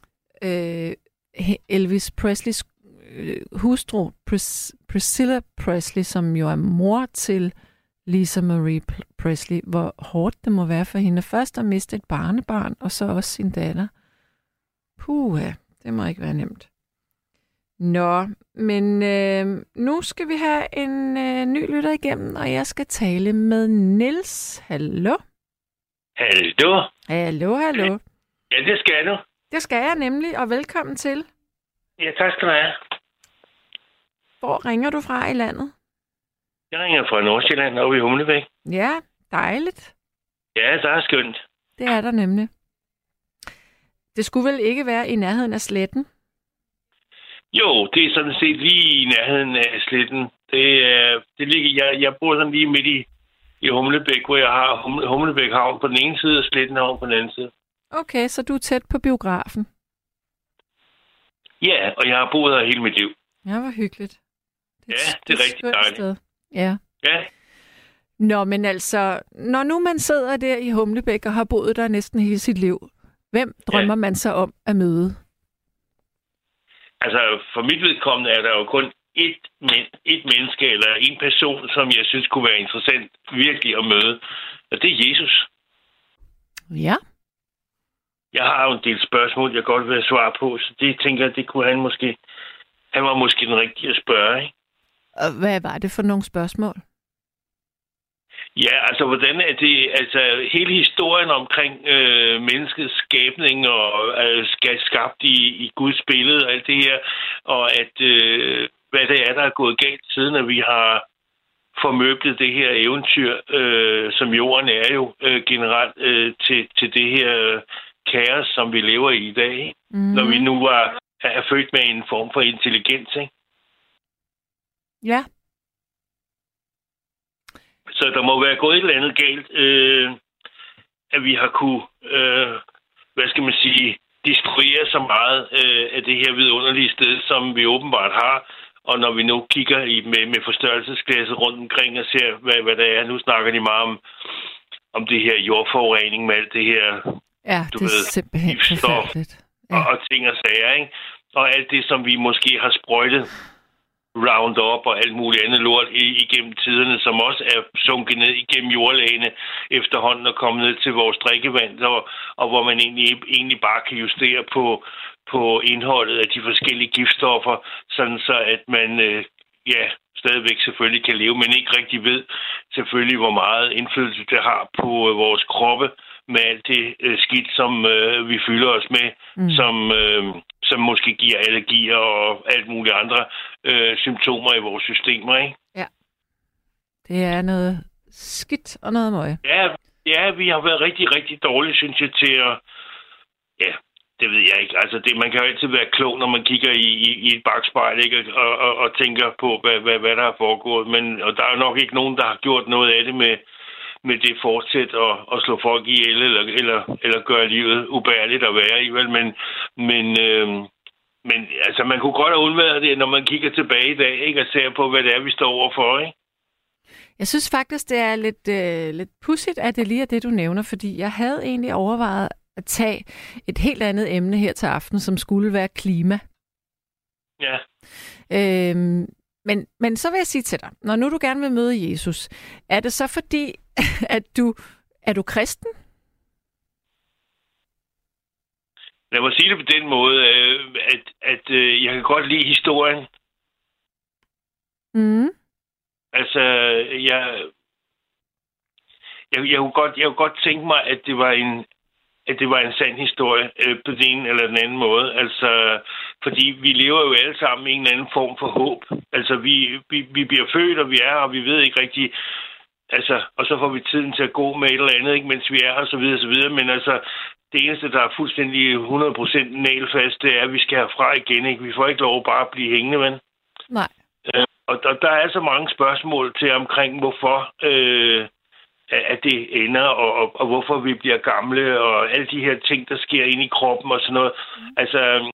Elvis Presleys hustru, Priscilla Presley, som jo er mor til Lisa Marie Presley. Hvor hårdt det må være for hende først at miste et barnebarn, og så også sin datter. Puha, det må ikke være nemt. Nå, men nu skal vi have en ny lytter igennem, og jeg skal tale med Niels. Hallo? Hallo? Hallo. Ja, det skal du. Det skal jeg nemlig, og velkommen til. Ja, tak skal du have. Hvor ringer du fra i landet? Jeg ringer fra Nordsjælland oppe i Humlebæk. Ja, dejligt. Ja, der er skønt. Det er der nemlig. Det skulle vel ikke være i nærheden af sletten? Jo, det er sådan set lige i nærheden af sletten. Det ligger, jeg bor sådan lige midt i Humlebæk, hvor jeg har Humlebæk Havn på den ene side og Sletten Havn på den anden side. Okay, så du er tæt på biografen? Ja, og jeg har boet her hele mit liv. Ja, hvor hyggeligt. Det er rigtig dejligt. Sted. Ja. Ja. Nå, men altså, når nu man sidder der i Humlebæk og har boet der næsten hele sit liv, hvem drømmer man så om at møde? Altså, for mit vedkommende er der jo kun et menneske eller en person, som jeg synes kunne være interessant virkelig at møde. Og det er Jesus. Ja. Jeg har jo en del spørgsmål, jeg godt vil svare på, så det tænker jeg, det kunne han var måske den rigtige at spørge, ikke? Og hvad var det for nogle spørgsmål? Ja, altså hvordan er det, altså hele historien omkring menneskets skabning og skabt i Guds billede og alt det her, og at hvad det er, der er gået galt siden, at vi har formøblet det her eventyr, som jorden er jo generelt til det her kaos, som vi lever i dag, når vi nu er født med en form for intelligens, ikke? Ja. Så der må være gået et eller andet galt, at vi har kunne, destruere så meget af det her vidunderlige sted, som vi åbenbart har. Og når vi nu kigger med forstørrelsesglasset rundt omkring og ser, hvad der er, nu snakker de meget om det her jordforurening med alt det her, ja, det er simpelthen forfærdeligt. Ja. Og ting og sager, ikke? Og alt det, som vi måske har sprøjtet Roundup og alt muligt andet lort igennem tiderne, som også er sunket ned igennem jordlagene efterhånden og kommet ned til vores drikkevand, og hvor man egentlig bare kan justere på indholdet af de forskellige giftstoffer, sådan så at man stadigvæk selvfølgelig kan leve, men ikke rigtig ved selvfølgelig, hvor meget indflydelse det har på vores kroppe med alt det skidt, som vi fylder os med, som måske giver allergier og alt muligt andre symptomer i vores systemer, ikke? Ja. Det er noget skidt og noget møg. Ja, vi har været rigtig, rigtig dårlige, synes jeg, til at... Ja, det ved jeg ikke. Altså, man kan jo altid være klog, når man kigger i et bakspejl, ikke? Og tænker på, hvad der er foregået. Men og der er nok ikke nogen, der har gjort noget af det med det fortsæt at slå folk ihjel eller gøre livet ubærligt at være i, vel? Men altså, man kunne godt have undværet det, når man kigger tilbage i dag, ikke? Og ser på, hvad det er, vi står overfor, ikke? Jeg synes faktisk, det er lidt pudsigt, at det lige er det, du nævner, fordi jeg havde egentlig overvejet at tage et helt andet emne her til aften, som skulle være klima. Ja. Men så vil jeg sige til dig, når nu du gerne vil møde Jesus, er det så fordi, at er du kristen? Lad mig sige det på den måde, at jeg kan godt lide historien. Mm. Altså, jeg kunne godt tænke mig, at det var en sand historie på den ene eller den anden måde. Altså, fordi vi lever jo alle sammen i en eller anden form for håb. Altså, vi bliver født, og vi er her, og vi ved ikke rigtig. Altså, og så får vi tiden til at gå med et eller andet, ikke, mens vi er her, og så videre, og så videre. Men altså, det eneste, der er fuldstændig 100% nailfast, det er, at vi skal herfra igen, ikke? Vi får ikke lov bare at blive hængende, vel? Nej. Og der er altså mange spørgsmål til omkring, hvorfor at det ender, og hvorfor vi bliver gamle, og alle de her ting, der sker inde i kroppen og sådan noget. Altså,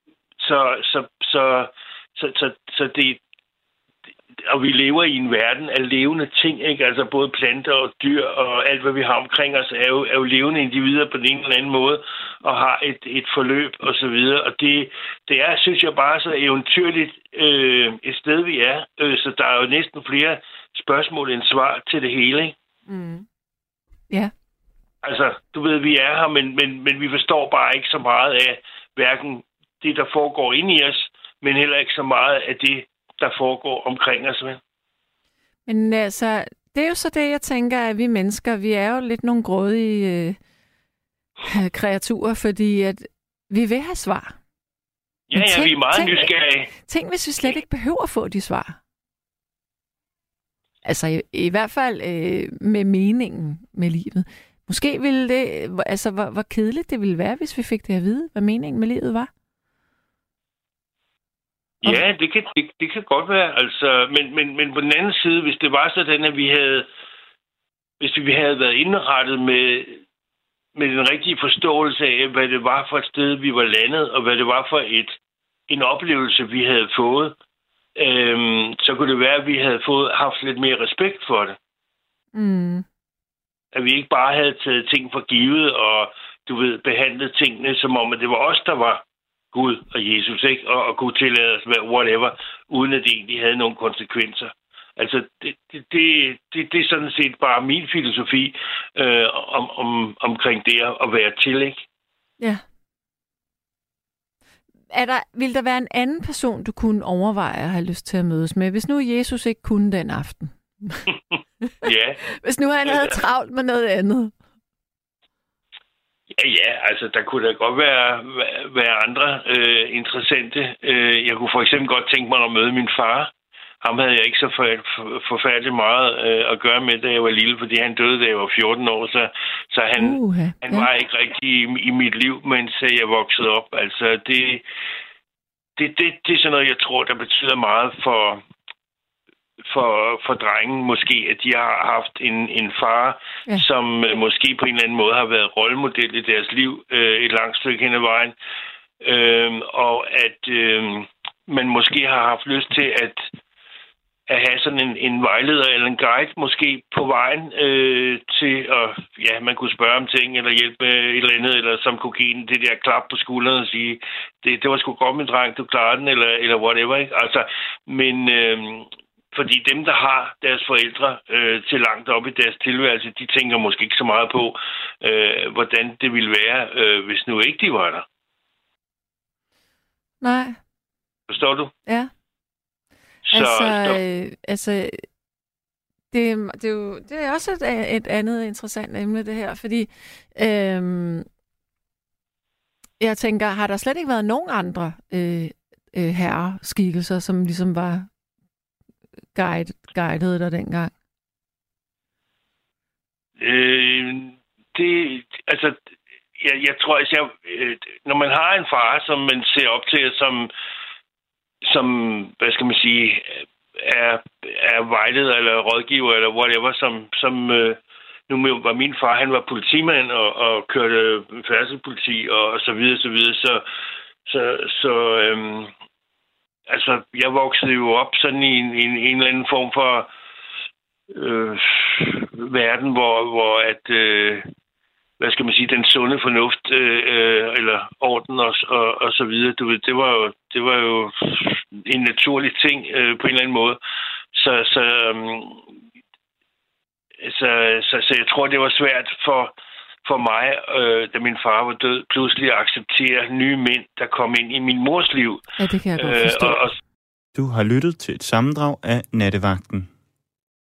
så det... Og vi lever i en verden af levende ting, ikke? Altså både planter og dyr og alt, hvad vi har omkring os, er jo levende individer på den ene eller anden måde, og har et forløb og så videre. Og det er, synes jeg, bare så eventyrligt et sted, vi er. Så der er jo næsten flere spørgsmål end svar til det hele, ikke? Mm. Ja. Altså, du ved, vi er her, men vi forstår bare ikke så meget af hverken det, der foregår inde i os, men heller ikke så meget af det, der foregår omkring os. Men altså, det er jo så det, jeg tænker, at vi mennesker, vi er jo lidt nogle grådige kreaturer, fordi at vi vil have svar. Ja, vi er meget nysgerrige. Tænk, hvis vi slet ikke behøver at få de svar. Altså, i hvert fald med meningen med livet. Måske ville det, altså, hvor kedeligt det ville være, hvis vi fik det at vide, hvad meningen med livet var. Ja, det kan godt være, altså, men på den anden side, hvis det var sådan, at hvis vi havde været indrettet med den rigtige forståelse af, hvad det var for et sted, vi var landet, og hvad det var for en oplevelse, vi havde fået, så kunne det være, at vi havde haft lidt mere respekt for det. Mm. At vi ikke bare havde taget ting for givet, og du ved, behandlet tingene, som om, at det var os, der var Gud og Jesus, ikke? Og kunne tillade os whatever, uden at det egentlig havde nogle konsekvenser. Altså, det er sådan set bare min filosofi omkring det at være til, ikke? Ja. Vil der være en anden person, du kunne overveje at have lyst til at mødes med, hvis nu Jesus ikke kunne den aften? Ja. Hvis nu han havde travlt med noget andet? Ja, altså der kunne da godt være andre interessante. Jeg kunne for eksempel godt tænke mig at møde min far. Ham havde jeg ikke så forfærdeligt meget at gøre med, da jeg var lille, fordi han døde, da jeg var 14 år. Så han var ikke rigtig i mit liv, mens jeg voksede op. Altså det er sådan noget, jeg tror, der betyder meget for drengen måske, at de har haft en far, som måske på en eller anden måde har været rollemodel i deres liv et langt stykke hen ad vejen. Og at man måske har haft lyst til at have sådan en vejleder eller en guide måske på vejen til at, man kunne spørge om ting eller hjælpe med et eller andet, eller som kunne give det der klap på skulderen og sige, det var sgu godt, min dreng, du klarer den, eller whatever, ikke? Altså, men fordi dem, der har deres forældre til langt op i deres tilværelse, de tænker måske ikke så meget på, hvordan det ville være, hvis nu ikke de var der. Nej. Forstår du? Ja. Det er også et andet interessant emne, det her, fordi jeg tænker, har der slet ikke været nogen andre herreskikkelser, som ligesom var guidede dig dengang? Jeg tror, at når man har en far, som man ser op til, som hvad skal man sige, er vejleder eller rådgiver eller whatever, som nu var min far, han var politimand og kørte færdselspoliti og så videre, så videre. Altså, jeg voksede jo op sådan i en eller anden form for verden, hvor at hvad skal man sige, den sunde fornuft eller orden og så videre. Du ved, Det var jo en naturlig ting på en eller anden måde. Så jeg tror, det var svært for mig, da min far var død, pludselig at acceptere nye mænd, der kom ind i min mors liv. Ja, det kan jeg godt forstå. Du har lyttet til et sammendrag af Nattevagten.